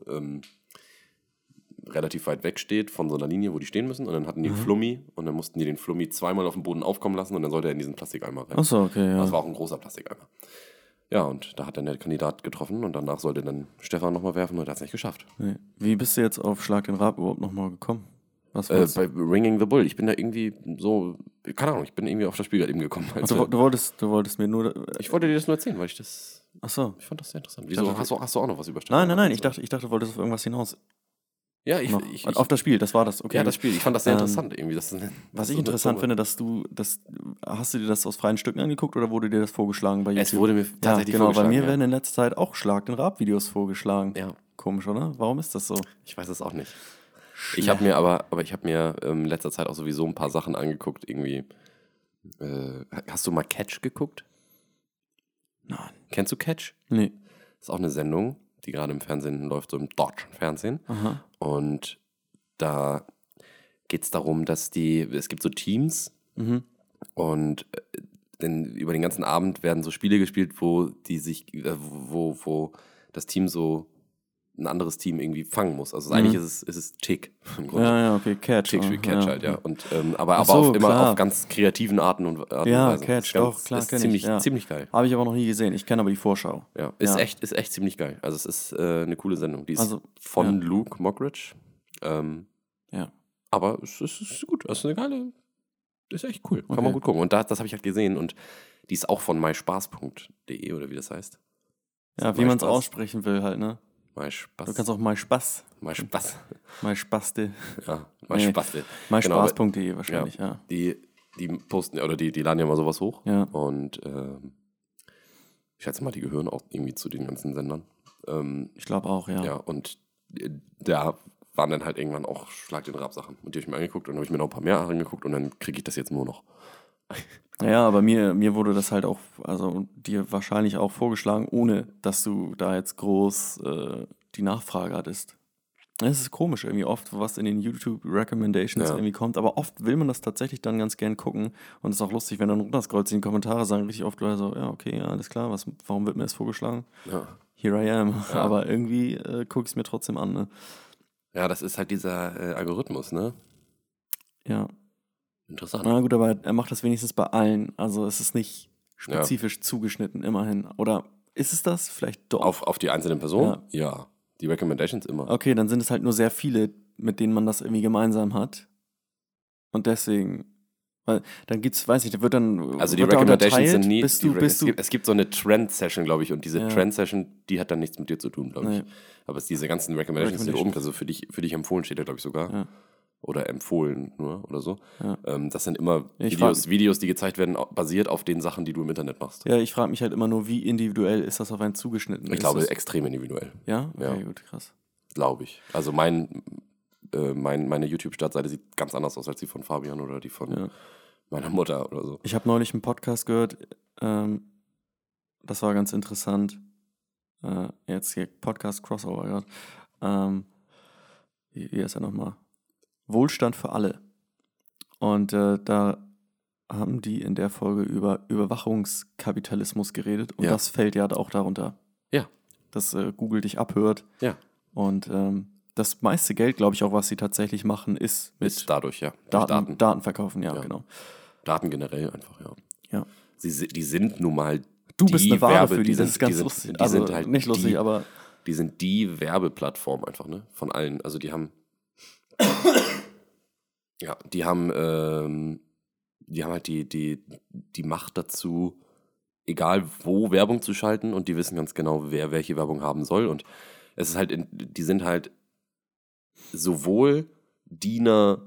relativ weit weg steht von so einer Linie, wo die stehen müssen. Und dann hatten die einen Flummi und dann mussten die den Flummi zweimal auf dem Boden aufkommen lassen und dann sollte er in diesen Plastikeimer rein. Achso, okay, ja. Das war auch ein großer Plastikeimer. Ja, und da hat dann der Kandidat getroffen und danach sollte dann Stefan nochmal werfen und er hat es nicht geschafft. Nee. Wie bist du jetzt auf Schlag den Rab überhaupt nochmal gekommen? Was war's? Bei Ringing the Bull. Ich bin da irgendwie so, keine Ahnung, ich bin irgendwie auf das Spiel gerade eben gekommen. Also, du wolltest mir nur. Ich wollte dir das nur erzählen, weil ich Achso. fand das sehr interessant. Wieso? Hast du auch noch was über Nein, ich dachte, du wolltest auf irgendwas hinaus. Ja, auf das Spiel, das war das, okay. Ja, das Spiel. Ich fand das sehr interessant irgendwie. Was ich interessant finde, hast du dir das aus freien Stücken angeguckt oder wurde dir das vorgeschlagen bei YouTube? Es wurde mir tatsächlich vorgeschlagen. Bei mir werden in letzter Zeit auch Schlag den Rab-Videos vorgeschlagen. Ja. Komisch, oder? Warum ist das so? Ich weiß es auch nicht. Ich habe mir in letzter Zeit auch sowieso ein paar Sachen angeguckt, irgendwie. Hast du mal Catch geguckt? Nein. Kennst du Catch? Nee. Das ist auch eine Sendung, die gerade im Fernsehen läuft, so im deutschen Fernsehen. Aha. Und da geht es darum, dass es gibt so Teams und denn über den ganzen Abend werden so Spiele gespielt, wo wo das Team so ein anderes Team irgendwie fangen muss. Also eigentlich ist es Tick im Grunde. Ja, okay, Catch. Tick spielt Catch halt, ja. Und, aber so, auch immer klar. auf ganz kreativen Arten und Weisen. Ja, Catch, doch, klar, ist kenn ich. ziemlich geil. Habe ich aber noch nie gesehen. Ich kenne aber die Vorschau. Ja, ist echt ziemlich geil. Also es ist eine coole Sendung. Die ist von Luke Mockridge. Ja. Aber es ist gut. Das ist eine geile. Ist echt cool. Kann man gut gucken. Und das habe ich halt gesehen. Und die ist auch von myspaß.de oder wie das heißt. Ja, wie man es aussprechen will halt, ne? MySpaß. Du kannst auch MySpaß. MySpaß. MySpaßte. Ja, MySpaßte. MySpaß.de wahrscheinlich, ja. Die posten, oder die laden ja mal sowas hoch. Ja. Und ich schätze mal, die gehören auch irgendwie zu den ganzen Sendern. Ich glaube auch, ja. Ja, und da waren dann halt irgendwann auch Schlag den Rab-Sachen. Und die habe ich mir angeguckt und dann habe ich mir noch ein paar mehr angeguckt und dann kriege ich das jetzt nur noch. Ja, aber mir wurde das halt auch, also dir wahrscheinlich auch vorgeschlagen, ohne dass du da jetzt groß die Nachfrage hattest. Es ist komisch irgendwie oft, was in den YouTube-Recommendations irgendwie kommt, aber oft will man das tatsächlich dann ganz gern gucken und es ist auch lustig, wenn dann runterscrollst, die Kommentare sagen richtig oft Leute so, ja, okay, ja, alles klar, warum wird mir das vorgeschlagen? Ja. Here I am. Ja. Aber irgendwie gucke ich es mir trotzdem an, ne? Ja, das ist halt dieser Algorithmus, ne? Ja. Interessant. Na gut, aber er macht das wenigstens bei allen. Also es ist nicht spezifisch zugeschnitten, immerhin. Oder ist es das? Vielleicht doch. Auf die einzelnen Personen? Ja. Die Recommendations immer. Okay, dann sind es halt nur sehr viele, mit denen man das irgendwie gemeinsam hat. Und deswegen, weil dann gibt's, weiß nicht, da wird dann. Also die Recommendations sind nie. Es gibt so eine Trend-Session, glaube ich, und diese Trend-Session, die hat dann nichts mit dir zu tun, glaube ich. Nee. Aber es diese ganzen Recommendations sind oben, also für dich empfohlen steht da, glaube ich, sogar. Ja. Oder empfohlen nur oder so. Ja. Das sind immer Videos, die gezeigt werden, basiert auf den Sachen, die du im Internet machst. Ja, ich frage mich halt immer nur, wie individuell ist das auf einen zugeschnitten? Ich glaube, extrem individuell. Ja? Okay, gut, krass. Glaube ich. Also meine YouTube-Startseite sieht ganz anders aus als die von Fabian oder die von meiner Mutter oder so. Ich habe neulich einen Podcast gehört, das war ganz interessant. Jetzt hier Podcast-Crossover gerade. Wie heißt er nochmal? Wohlstand für alle. Und da haben die in der Folge über Überwachungskapitalismus geredet und das fällt ja auch darunter. Ja. Dass Google dich abhört. Ja. Und das meiste Geld, glaube ich auch, was sie tatsächlich machen, ist mit dadurch, ja. Daten verkaufen, ja, genau. Daten generell einfach, ja. Die sind nun mal Du bist eine Ware für die, das ist ganz lustig. Die sind halt nicht lustig, aber die sind die Werbeplattform einfach, ne? Von allen. Also die haben die haben halt die Macht dazu, egal wo Werbung zu schalten und die wissen ganz genau, wer welche Werbung haben soll und es ist halt, die sind halt sowohl Diener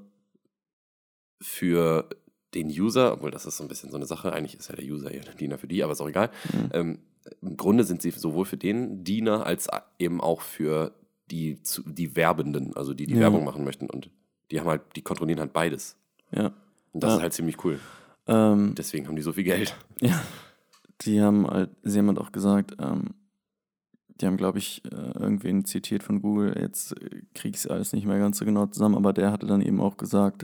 für den User, obwohl das ist so ein bisschen so eine Sache, eigentlich ist ja der User ja der Diener für die, aber ist auch egal. Im Grunde sind sie sowohl für den Diener als eben auch für die Werbenden, also die Werbung machen möchten. Und die kontrollieren halt beides. Ja. Und das ist halt ziemlich cool. Deswegen haben die so viel Geld. Ja. Sie haben halt auch gesagt, die haben, glaube ich, irgendwen zitiert von Google, jetzt kriege ich es alles nicht mehr ganz so genau zusammen, aber der hatte dann eben auch gesagt,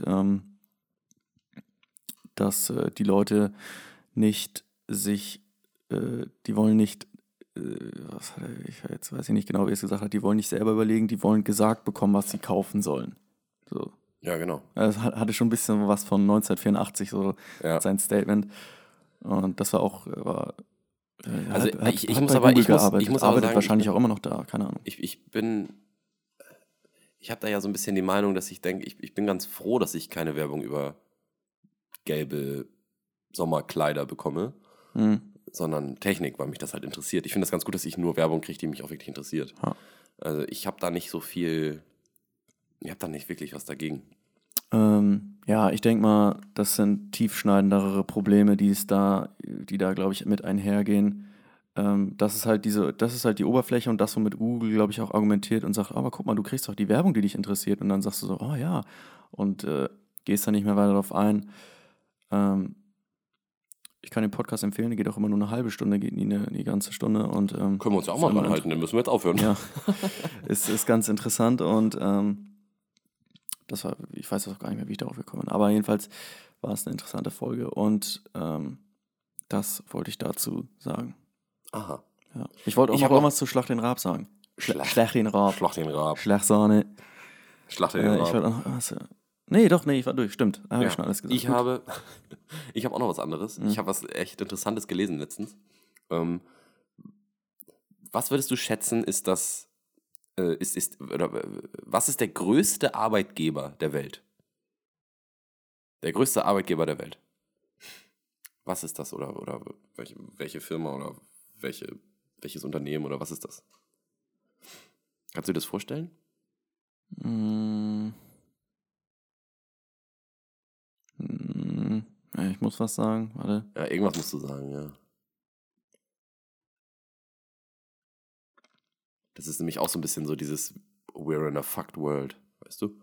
dass die Leute nicht die wollen nicht, jetzt weiß ich nicht genau, wie er es gesagt hat, die wollen nicht selber überlegen, die wollen gesagt bekommen, was sie kaufen sollen. So. Ja, genau. Das hatte schon ein bisschen was von 1984, so sein Statement. Und das war auch, also ich muss bei aber Google gearbeitet. ich muss aber arbeitet sagen, wahrscheinlich auch immer noch da, keine Ahnung. Ich habe da ja so ein bisschen die Meinung, dass ich denke, ich bin ganz froh, dass ich keine Werbung über gelbe Sommerkleider bekomme, sondern Technik, weil mich das halt interessiert. Ich finde das ganz gut, dass ich nur Werbung kriege, die mich auch wirklich interessiert. Ha. Also ich habe da nicht wirklich was dagegen. Ja, ich denke mal, das sind tiefschneidendere Probleme, die da, glaube ich, mit einhergehen. Das ist halt die Oberfläche und das, womit Google, glaube ich, auch argumentiert und sagt, aber guck mal, du kriegst doch die Werbung, die dich interessiert. Und dann sagst du so, oh ja, und gehst da nicht mehr weiter darauf ein. Ich kann den Podcast empfehlen, der geht auch immer nur eine halbe Stunde, geht nie eine ganze Stunde. Und, können wir uns ja auch mal dran halten, dann müssen wir jetzt aufhören. Ja, ist ganz interessant und ich weiß auch gar nicht mehr, wie ich darauf gekommen bin, aber jedenfalls war es eine interessante Folge und das wollte ich dazu sagen. Aha. Ja. Ich wollte auch noch irgendwas zu Schlag den Raab sagen. Schlag den Raab. Schlagsahne. Schlag den Raab. Ich wollte auch noch ich war durch, stimmt. Habe ich schon alles gesagt. Ich habe auch noch was anderes. Ich habe was echt Interessantes gelesen letztens. Was würdest du schätzen, was ist der größte Arbeitgeber der Welt? Der größte Arbeitgeber der Welt. Was ist das? Oder welche Firma oder welches Unternehmen oder was ist das? Kannst du dir das vorstellen? Ich muss was sagen, warte. Ja, irgendwas musst du sagen, ja. Das ist nämlich auch so ein bisschen so dieses We're in a fucked world, weißt du?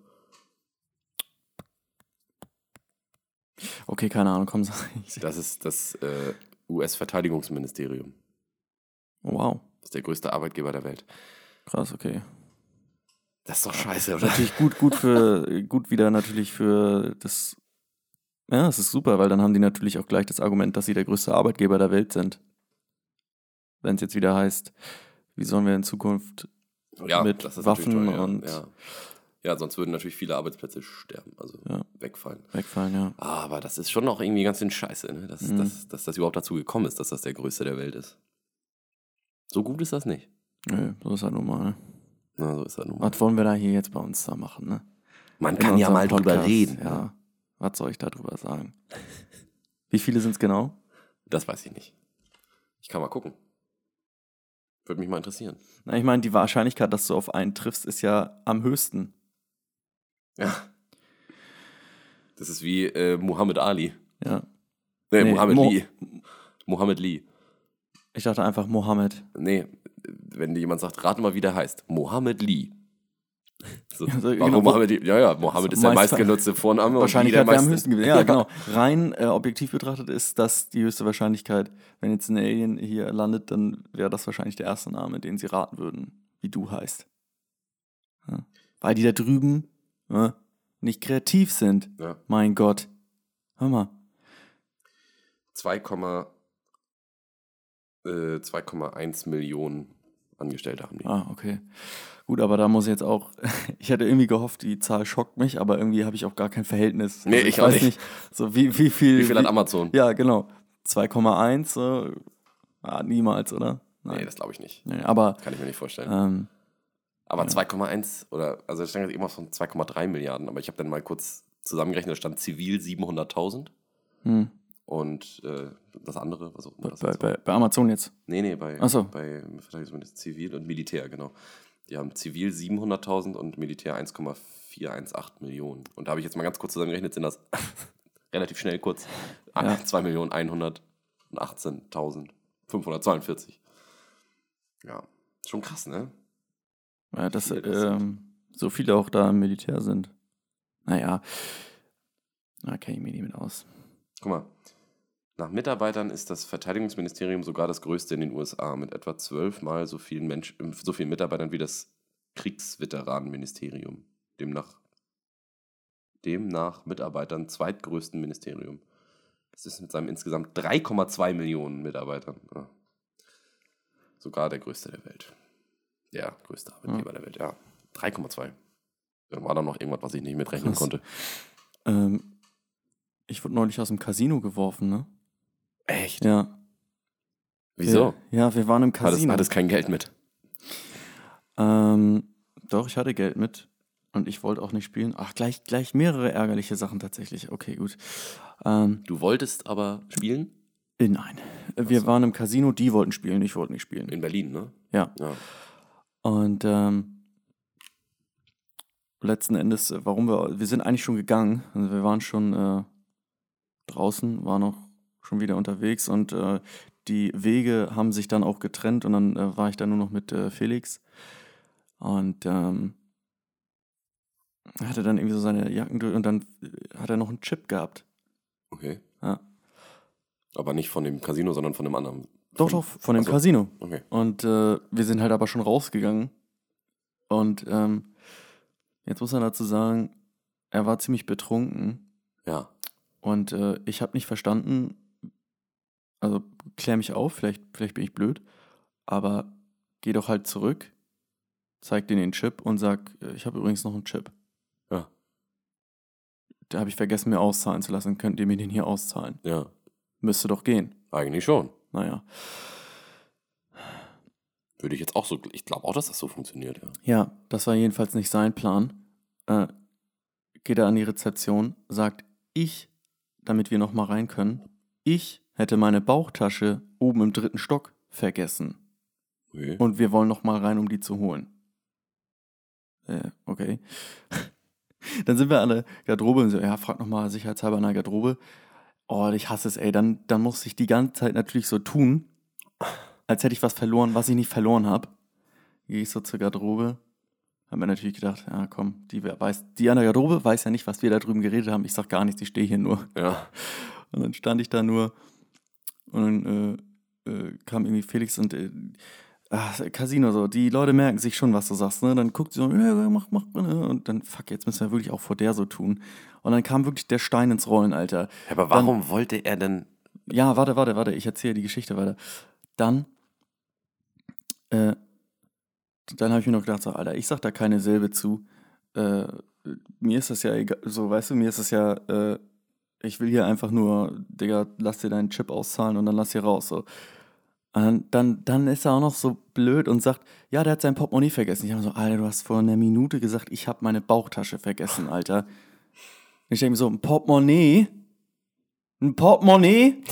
Okay, keine Ahnung, komm, sag ich. Das ist das US-Verteidigungsministerium. Wow. Das ist der größte Arbeitgeber der Welt. Krass, okay. Das ist doch scheiße, oder? Natürlich gut wieder natürlich für das. Ja, es ist super, weil dann haben die natürlich auch gleich das Argument, dass sie der größte Arbeitgeber der Welt sind. Wenn es jetzt wieder heißt, wie sollen wir in Zukunft mit Waffen toll, und. Ja, sonst würden natürlich viele Arbeitsplätze sterben, also wegfallen. Wegfallen, ja. Aber das ist schon auch irgendwie ganz schön scheiße, ne? Dass das überhaupt dazu gekommen ist, dass das der größte der Welt ist. So gut ist das nicht. Nö, so ist halt nun mal. Na, so ist halt nun mal. Was wollen wir da hier jetzt bei uns da machen, ne? Man kann ja mal drüber reden. Ja. Was soll ich da drüber sagen? Wie viele sind es genau? Das weiß ich nicht. Ich kann mal gucken. Würde mich mal interessieren. Na, ich meine, die Wahrscheinlichkeit, dass du auf einen triffst, ist ja am höchsten. Ja. Das ist wie Muhammad Ali. Ja. Nee, Muhammad Lee. Ich dachte einfach Mohammed. Nee, wenn dir jemand sagt, rate mal, wie der heißt. Mohammed Lee. So, Ja, warum genau, Mohammed Lee? Ja, Mohammed ist der meistgenutzte Vorname. Wahrscheinlichkeit wäre am höchsten gewesen. Ja, genau. Rein objektiv betrachtet ist das die höchste Wahrscheinlichkeit. Wenn jetzt ein Alien hier landet, dann wäre das wahrscheinlich der erste Name, den sie raten würden, wie du heißt. Ja. Weil die da drüben nicht kreativ sind. Ja. Mein Gott. Hör mal. 2,1 Millionen Angestellte haben die. Ah, okay. Gut, aber da muss ich jetzt auch, ich hätte irgendwie gehofft, die Zahl schockt mich, aber irgendwie habe ich auch gar kein Verhältnis. Nee, also ich auch weiß nicht. So wie viel. Wie viel hat Amazon? Ja, genau. 2,1, niemals, oder? Nein. Nee, das glaube ich nicht. Nee, aber, kann ich mir nicht vorstellen. Aber 2,1 also da stand jetzt irgendwas von 2,3 Milliarden, aber ich habe dann mal kurz zusammengerechnet, da stand zivil 700.000. Und das andere, was auch immer das ist. Bei Amazon jetzt? Nee, bei Verteidigungsministerium Zivil und Militär, genau. Die haben zivil 700.000 und Militär 1,418 Millionen. Und da habe ich jetzt mal ganz kurz zusammengerechnet, sind das relativ schnell kurz 2.118.542. Ja, schon krass, ne? Ja, dass viele das so viele auch da im Militär sind. Naja, da kenne ich mich nicht mit aus. Guck mal, nach Mitarbeitern ist das Verteidigungsministerium sogar das größte in den USA mit etwa 12-mal so vielen Mitarbeitern wie das Kriegsveteranenministerium. Demnach Mitarbeitern zweitgrößten Ministerium. Es ist mit seinem insgesamt 3,2 Millionen Mitarbeitern. Ja. Sogar der größte der Welt. Der größte Arbeitgeber der Welt, ja. 3,2. Dann war da noch irgendwas, was ich nicht mitrechnen konnte. Ich wurde neulich aus dem Casino geworfen, ne? Echt? Ja. Wieso? Ja, wir waren im Casino. Hattest kein Geld mit? Doch, ich hatte Geld mit und ich wollte auch nicht spielen. Ach, gleich mehrere ärgerliche Sachen tatsächlich. Okay, gut. Du wolltest aber spielen? Nein. Wir waren im Casino, die wollten spielen, ich wollte nicht spielen. In Berlin, ne? Ja. Und letzten Endes, wir sind eigentlich schon gegangen. Also wir waren schon draußen, waren auch schon wieder unterwegs und die Wege haben sich dann auch getrennt und dann war ich da nur noch mit Felix und hatte dann irgendwie so seine Jacken durch und dann hat er noch einen Chip gehabt. Okay. Ja. Aber nicht von dem Casino, sondern von dem anderen. Doch, von dem Casino. Okay. Und wir sind halt aber schon rausgegangen und jetzt muss man dazu sagen, er war ziemlich betrunken. Ja. Und ich habe nicht verstanden, also klär mich auf, vielleicht bin ich blöd, aber geh doch halt zurück, zeig dir den Chip und sag, ich habe übrigens noch einen Chip. Ja. Da habe ich vergessen, mir auszahlen zu lassen. Könnt ihr mir den hier auszahlen? Ja. Müsste doch gehen. Eigentlich schon. Naja. Würde ich jetzt auch so, ich glaube auch, dass das so funktioniert, ja. Ja, das war jedenfalls nicht sein Plan. Geht er an die Rezeption, sagt, damit wir nochmal rein können, ich hätte meine Bauchtasche oben im 3. Stock vergessen. Okay. Und wir wollen nochmal rein, um die zu holen. Okay. Dann sind wir an der Garderobe und so, ja, frag nochmal sicherheitshalber an der Garderobe. Oh, ich hasse es, ey. Dann muss ich die ganze Zeit natürlich so tun, als hätte ich was verloren, was ich nicht verloren habe. Gehe ich so zur Garderobe. Hab mir natürlich gedacht, ja komm, die an der Garderobe weiß ja nicht, was wir da drüben geredet haben. Ich sag gar nichts, ich stehe hier nur. Ja. Und dann stand ich da nur und dann kam irgendwie Felix und Casino so, die Leute merken sich schon, was du sagst, ne? Dann guckt sie so, ja, mach, und dann, fuck, jetzt müssen wir wirklich auch vor der so tun. Und dann kam wirklich der Stein ins Rollen, Alter. Ja, aber warum wollte er denn... Ja, warte, ich erzähle die Geschichte weiter. Dann habe ich mir noch gedacht, so, Alter, ich sag da keine Silbe zu. Mir ist das ja egal, so, weißt du, mir ist das ja, ich will hier einfach nur, Digga, lass dir deinen Chip auszahlen und dann lass hier raus, so. Und dann ist er auch noch so blöd und sagt, ja, der hat sein Portemonnaie vergessen. Ich habe so, Alter, du hast vor einer Minute gesagt, ich habe meine Bauchtasche vergessen, Alter. Ich denke mir so, ein Portemonnaie? Ein Portemonnaie?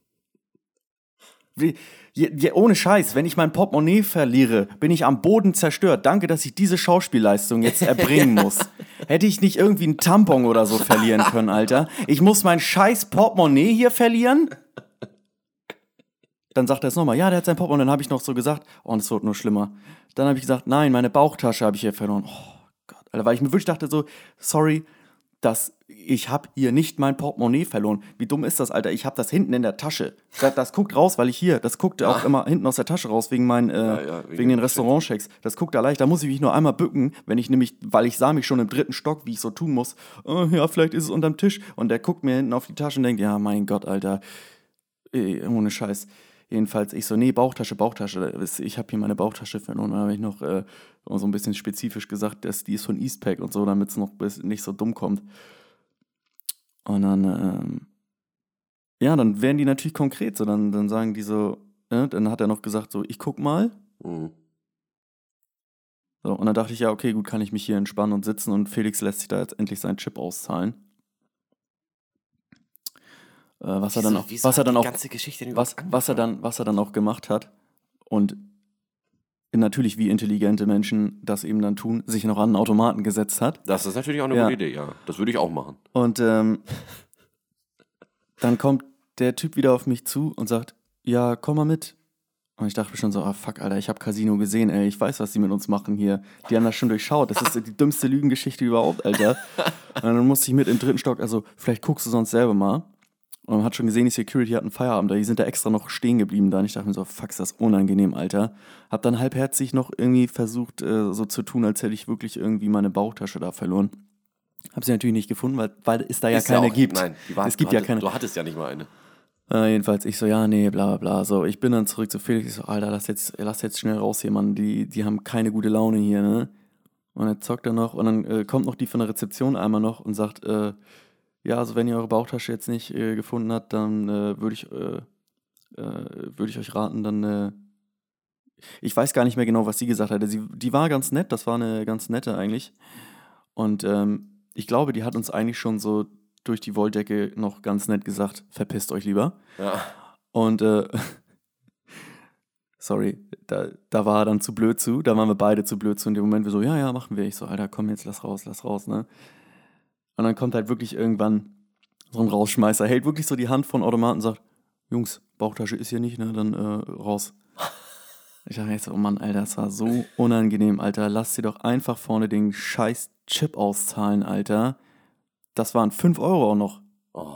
Ohne Scheiß, wenn ich mein Portemonnaie verliere, bin ich am Boden zerstört. Danke, dass ich diese Schauspielleistung jetzt erbringen muss. Hätte ich nicht irgendwie einen Tampon oder so verlieren können, Alter? Ich muss mein scheiß Portemonnaie hier verlieren? Dann sagt er es nochmal, ja, der hat sein Portemonnaie. Und dann habe ich noch so gesagt, oh, und es wird nur schlimmer. Dann habe ich gesagt, nein, meine Bauchtasche habe ich hier verloren. Oh Gott, Alter, weil ich mir wirklich dachte so, sorry, ich habe hier nicht mein Portemonnaie verloren. Wie dumm ist das, Alter? Ich habe das hinten in der Tasche. Das guckt raus, weil das guckt auch immer hinten aus der Tasche raus, wegen wegen den Restaurantchecks. Das guckt da leicht. Da muss ich mich nur einmal bücken, weil ich sah mich schon im 3. Stock, wie ich so tun muss. Ja, vielleicht ist es unterm Tisch. Und der guckt mir hinten auf die Tasche und denkt, ja, mein Gott, Alter. Ohne Scheiß. Jedenfalls, ich so, nee, Bauchtasche. Ich habe hier meine Bauchtasche verloren. Dann habe ich noch so ein bisschen spezifisch gesagt, dass die ist von Eastpak und so, damit es noch nicht so dumm kommt. Und dann, dann werden die natürlich konkret. So, dann sagen die so, dann hat er noch gesagt, so, ich guck mal. Mhm. So, und dann dachte ich, ja, okay, gut, kann ich mich hier entspannen und sitzen und Felix lässt sich da jetzt endlich seinen Chip auszahlen. Was er dann auch gemacht hat und natürlich wie intelligente Menschen das eben dann tun, sich noch an einen Automaten gesetzt hat. Das ist natürlich auch eine gute Idee, ja. Das würde ich auch machen. Und dann kommt der Typ wieder auf mich zu und sagt, ja, komm mal mit. Und ich dachte mir schon so, fuck, Alter, ich habe Casino gesehen, ey, ich weiß, was die mit uns machen hier. Die haben das schon durchschaut. Das ist die dümmste Lügengeschichte überhaupt, Alter. Und dann musste ich mit im 3. Stock, also vielleicht guckst du sonst selber mal. Und man hat schon gesehen, die Security hat einen Feierabend, die sind da extra noch stehen geblieben da. Und ich dachte mir so, fuck, ist das unangenehm, Alter. Hab dann halbherzig noch irgendwie versucht, so zu tun, als hätte ich wirklich irgendwie meine Bauchtasche da verloren. Hab sie natürlich nicht gefunden, weil es da ja keine gibt. Nein, es gibt ja keine. Du hattest ja nicht mal eine. Jedenfalls, ich so, ja, nee, bla bla bla. So, ich bin dann zurück zu Felix, ich so, Alter, lass jetzt schnell raus hier, Mann. Die haben keine gute Laune hier, ne? Und er zockt dann noch und dann kommt noch die von der Rezeption einmal noch und sagt, ja, also wenn ihr eure Bauchtasche jetzt nicht gefunden habt, dann würde ich euch raten, dann ich weiß gar nicht mehr genau, was sie gesagt hatte. Die war ganz nett, das war eine ganz nette eigentlich. Und ich glaube, die hat uns eigentlich schon so durch die Wolldecke noch ganz nett gesagt, verpisst euch lieber. Ja. Und sorry, da war er dann zu blöd zu, da waren wir beide zu blöd zu. In dem Moment wir so, ja, machen wir. Ich so, Alter, komm jetzt, lass raus, ne? Und dann kommt halt wirklich irgendwann so ein Rausschmeißer, hält wirklich so die Hand von Automaten und sagt, Jungs, Bauchtasche ist hier nicht, ne, dann raus. Ich dachte jetzt, oh Mann, Alter, das war so unangenehm, Alter. Lass dir doch einfach vorne den scheiß Chip auszahlen, Alter. Das waren 5 Euro auch noch. Oh.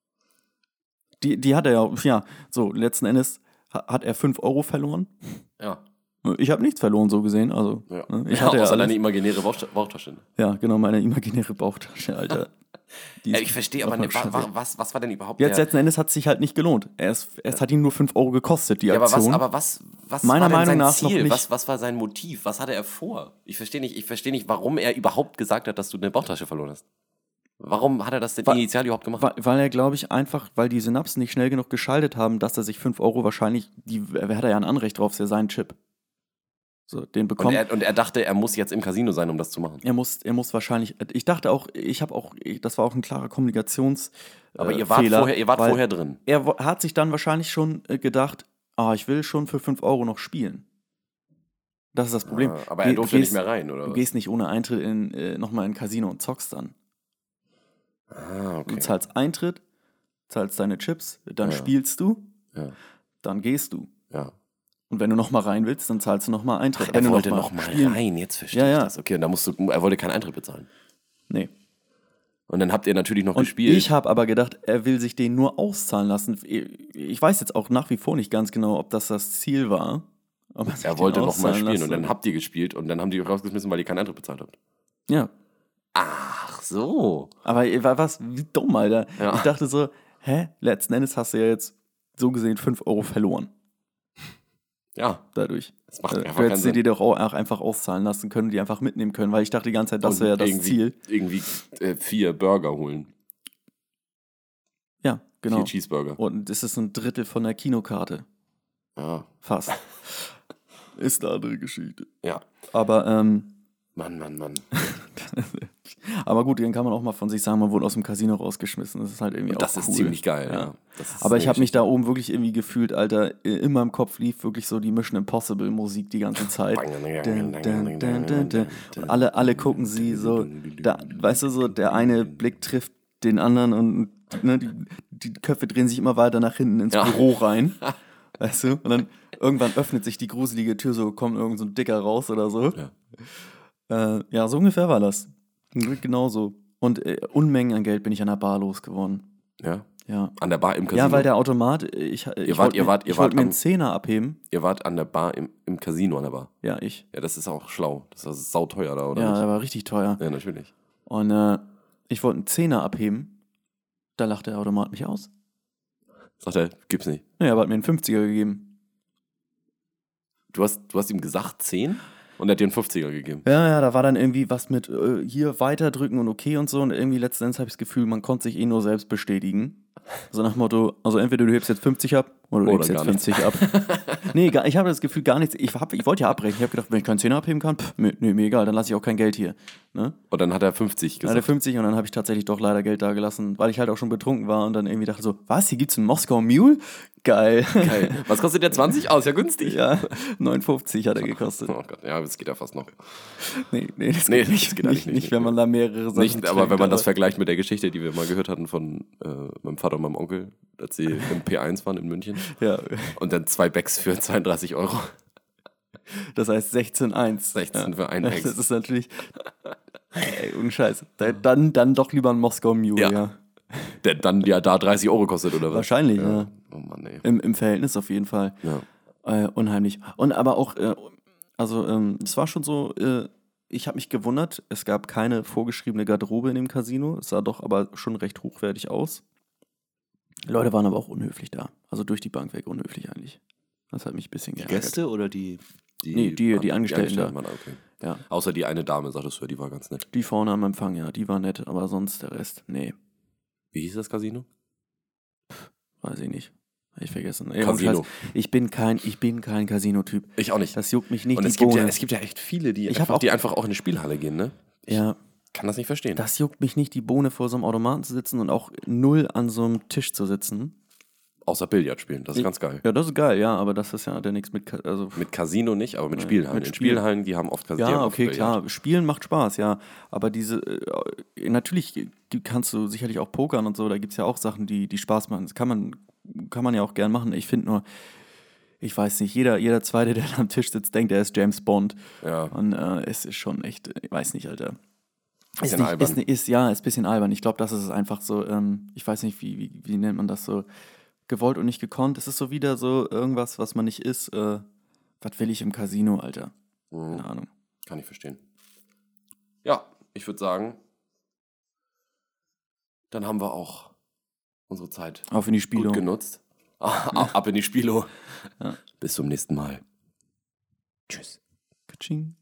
Die hat er ja, so, letzten Endes hat er 5 Euro verloren. Ja. Ich habe nichts verloren, so gesehen, also. Ja. Ne? Ich hatte außer deine imaginäre Bauchtasche. Ja, genau, meine imaginäre Bauchtasche, Alter. Ich verstehe aber nicht, was war denn überhaupt jetzt letzten Endes hat es sich halt nicht gelohnt. Es hat ihn nur 5 Euro gekostet, die Aktion. Aber was meiner war denn Meinung sein nach Ziel? Noch nicht. Was war sein Motiv? Was hatte er vor? Ich verstehe nicht, warum er überhaupt gesagt hat, dass du eine Bauchtasche verloren hast. Warum hat er das denn initial überhaupt gemacht? Weil er, glaube ich, einfach, weil die Synapsen nicht schnell genug geschaltet haben, dass er sich 5 Euro wahrscheinlich, er hat ja ein Anrecht drauf, ist ja sein Chip. So, den bekommt. Und er dachte, er muss jetzt im Casino sein, um das zu machen. Er muss wahrscheinlich, ich dachte auch, das war auch ein klarer Kommunikationsfehler. Aber ihr wart vorher drin. Er hat sich dann wahrscheinlich schon gedacht, ich will schon für 5 Euro noch spielen. Das ist das Problem. Aber er durfte nicht mehr rein, oder? Du gehst nicht ohne Eintritt nochmal in ein Casino und zockst dann. Okay. Du zahlst Eintritt, zahlst deine Chips, dann spielst du, dann gehst du. Ja. Und wenn du nochmal rein willst, dann zahlst du nochmal Eintritt. Er wollte nochmal rein, jetzt verstehe ich das. Okay, und er wollte keinen Eintritt bezahlen. Nee. Und dann habt ihr natürlich noch gespielt. Ich habe aber gedacht, er will sich den nur auszahlen lassen. Ich weiß jetzt auch nach wie vor nicht ganz genau, ob das Ziel war. Er wollte nochmal spielen und dann habt ihr gespielt und dann haben die euch rausgeschmissen, weil ihr keinen Eintritt bezahlt habt. Ja. Ach so. Aber wie dumm, Alter. Ja. Ich dachte so, letzten Endes hast du ja jetzt so gesehen 5 Euro verloren. Ja. Dadurch. Das macht einfach du hättest dir doch auch einfach auszahlen lassen können, die einfach mitnehmen können, weil ich dachte die ganze Zeit, das wäre das Ziel. Irgendwie 4 Burger holen. Ja, genau. 4 Cheeseburger. Und das ist ein Drittel von der Kinokarte. Ja. Fast. Ist eine andere Geschichte. Ja. Aber, Mann. Aber gut, dann kann man auch mal von sich sagen, man wurde aus dem Casino rausgeschmissen. Das ist halt irgendwie das auch cool. Das ist ziemlich geil, ja. Aber ich habe mich da oben wirklich irgendwie gefühlt, Alter, in meinem Kopf lief wirklich so die Mission Impossible Musik die ganze Zeit. Und alle gucken sie so, weißt du, so der eine Blick trifft den anderen und ne, die Köpfe drehen sich immer weiter nach hinten ins Büro rein. Weißt du? Und dann irgendwann öffnet sich die gruselige Tür, so kommt irgend so ein Dicker raus oder so. Ja, so ungefähr war das. Genauso. Und Unmengen an Geld bin ich an der Bar losgeworden. Ja? Ja. An der Bar im Casino? Ja, weil der Automat, ich wollte mir einen Zehner abheben. Ihr wart an der Bar im Casino an der Bar? Ja, ich. Ja, das ist auch schlau. Das ist sauteuer da, oder? Ja, das war richtig teuer. Ja, natürlich. Und ich wollte einen Zehner abheben. Da lachte der Automat mich aus. Sagt er, gibt's nicht. Ja, er hat mir einen 50er gegeben. Du hast ihm gesagt 10? Und er hat dir einen 50er gegeben. Ja, da war dann irgendwie was mit hier weiterdrücken und okay und so. Und irgendwie letzten Endes habe ich das Gefühl, man konnte sich nur selbst bestätigen. So nach dem Motto, also entweder du hebst jetzt 50 ab oder du hebst jetzt 50 ab. Nee, ich habe das Gefühl gar nichts. Ich wollte ja abbrechen. Ich habe gedacht, wenn ich keinen 10er abheben kann, mir egal, dann lasse ich auch kein Geld hier. Ne? Und dann hat er 50 gesagt. Dann hat er 50 und dann habe ich tatsächlich doch leider Geld da gelassen, weil ich halt auch schon betrunken war und dann irgendwie dachte so, was, hier gibt's einen Moskau Mule? Geil. Geil. Was kostet der 20? Ist ja günstig. Ja, 59 hat er gekostet. Oh Gott, ja, das geht ja fast noch. Nee, das Nee, geht nicht. das geht eigentlich Nicht, wenn man da mehrere Sachen Nicht, aber trinkt, wenn man das vergleicht mit der Geschichte, die wir mal gehört hatten von meinem Vater und meinem Onkel, als sie im P1 waren in München. Ja, Und dann 2 Becks für 32 €. das heißt 16,1. 16 für einen Becks. Das ist natürlich, ey, ohne Scheiß. Dann doch lieber ein Moskau Mule, Ja. ja. Der dann ja da 30 € kostet, oder was? Wahrscheinlich, ja. Oh Mann, ey. Im Verhältnis auf jeden Fall. Ja. Unheimlich. Und aber auch, es war schon so, ich habe mich gewundert, es gab keine vorgeschriebene Garderobe in dem Casino. Es sah doch aber schon recht hochwertig aus. Leute waren aber auch unhöflich da. Also durch die Bank weg unhöflich eigentlich. Das hat mich ein bisschen geärgert. Gäste oder die Nee, die Angestellten da. waren da, okay. Ja. Außer die eine Dame, sagtest du, die war ganz nett. Die vorne am Empfang, ja, die war nett, aber sonst der Rest, nee, Wie hieß das Casino? weiß ich nicht. Hab ich vergessen. Casino. Ich bin kein Casino-Typ. Ich auch nicht. Das juckt mich nicht, Und die es gibt Bohne. ja echt viele, die Ich hab einfach auch in eine Spielhalle gehen, ne? Ja, Kann das nicht verstehen. das juckt mich nicht, die Bohne vor so einem Automaten zu sitzen und auch null an so einem Tisch zu sitzen. Außer Billard spielen, das ist ganz geil. Ja, das ist geil, ja, aber das ist ja der nichts mit, also Mit Casino nicht, aber mit Spielhallen. mit In Spiel- Spielhallen, die haben oft Casino. ja, okay, klar. Spielen macht Spaß, ja. Aber natürlich kannst du sicherlich auch pokern und so, da gibt es ja auch Sachen, die Spaß machen. Das kann man ja auch gern machen. Ich finde nur, ich weiß nicht, jeder Zweite, der da am Tisch sitzt, denkt, er ist James Bond. Ja. Und es ist schon echt, ich weiß nicht, Alter. Bisschen albern. Ist ein bisschen albern. Ich glaube, das ist einfach so, ich weiß nicht, wie nennt man das so, gewollt und nicht gekonnt. Es ist so wieder so irgendwas, was man nicht ist. Was will ich im Casino, Alter? Keine Ahnung. Kann ich verstehen. Ja, ich würde sagen, dann haben wir auch unsere Zeit Auf in die Spiele. gut genutzt. Ab in die Spielo. Bis zum nächsten Mal. Tschüss. Katsching.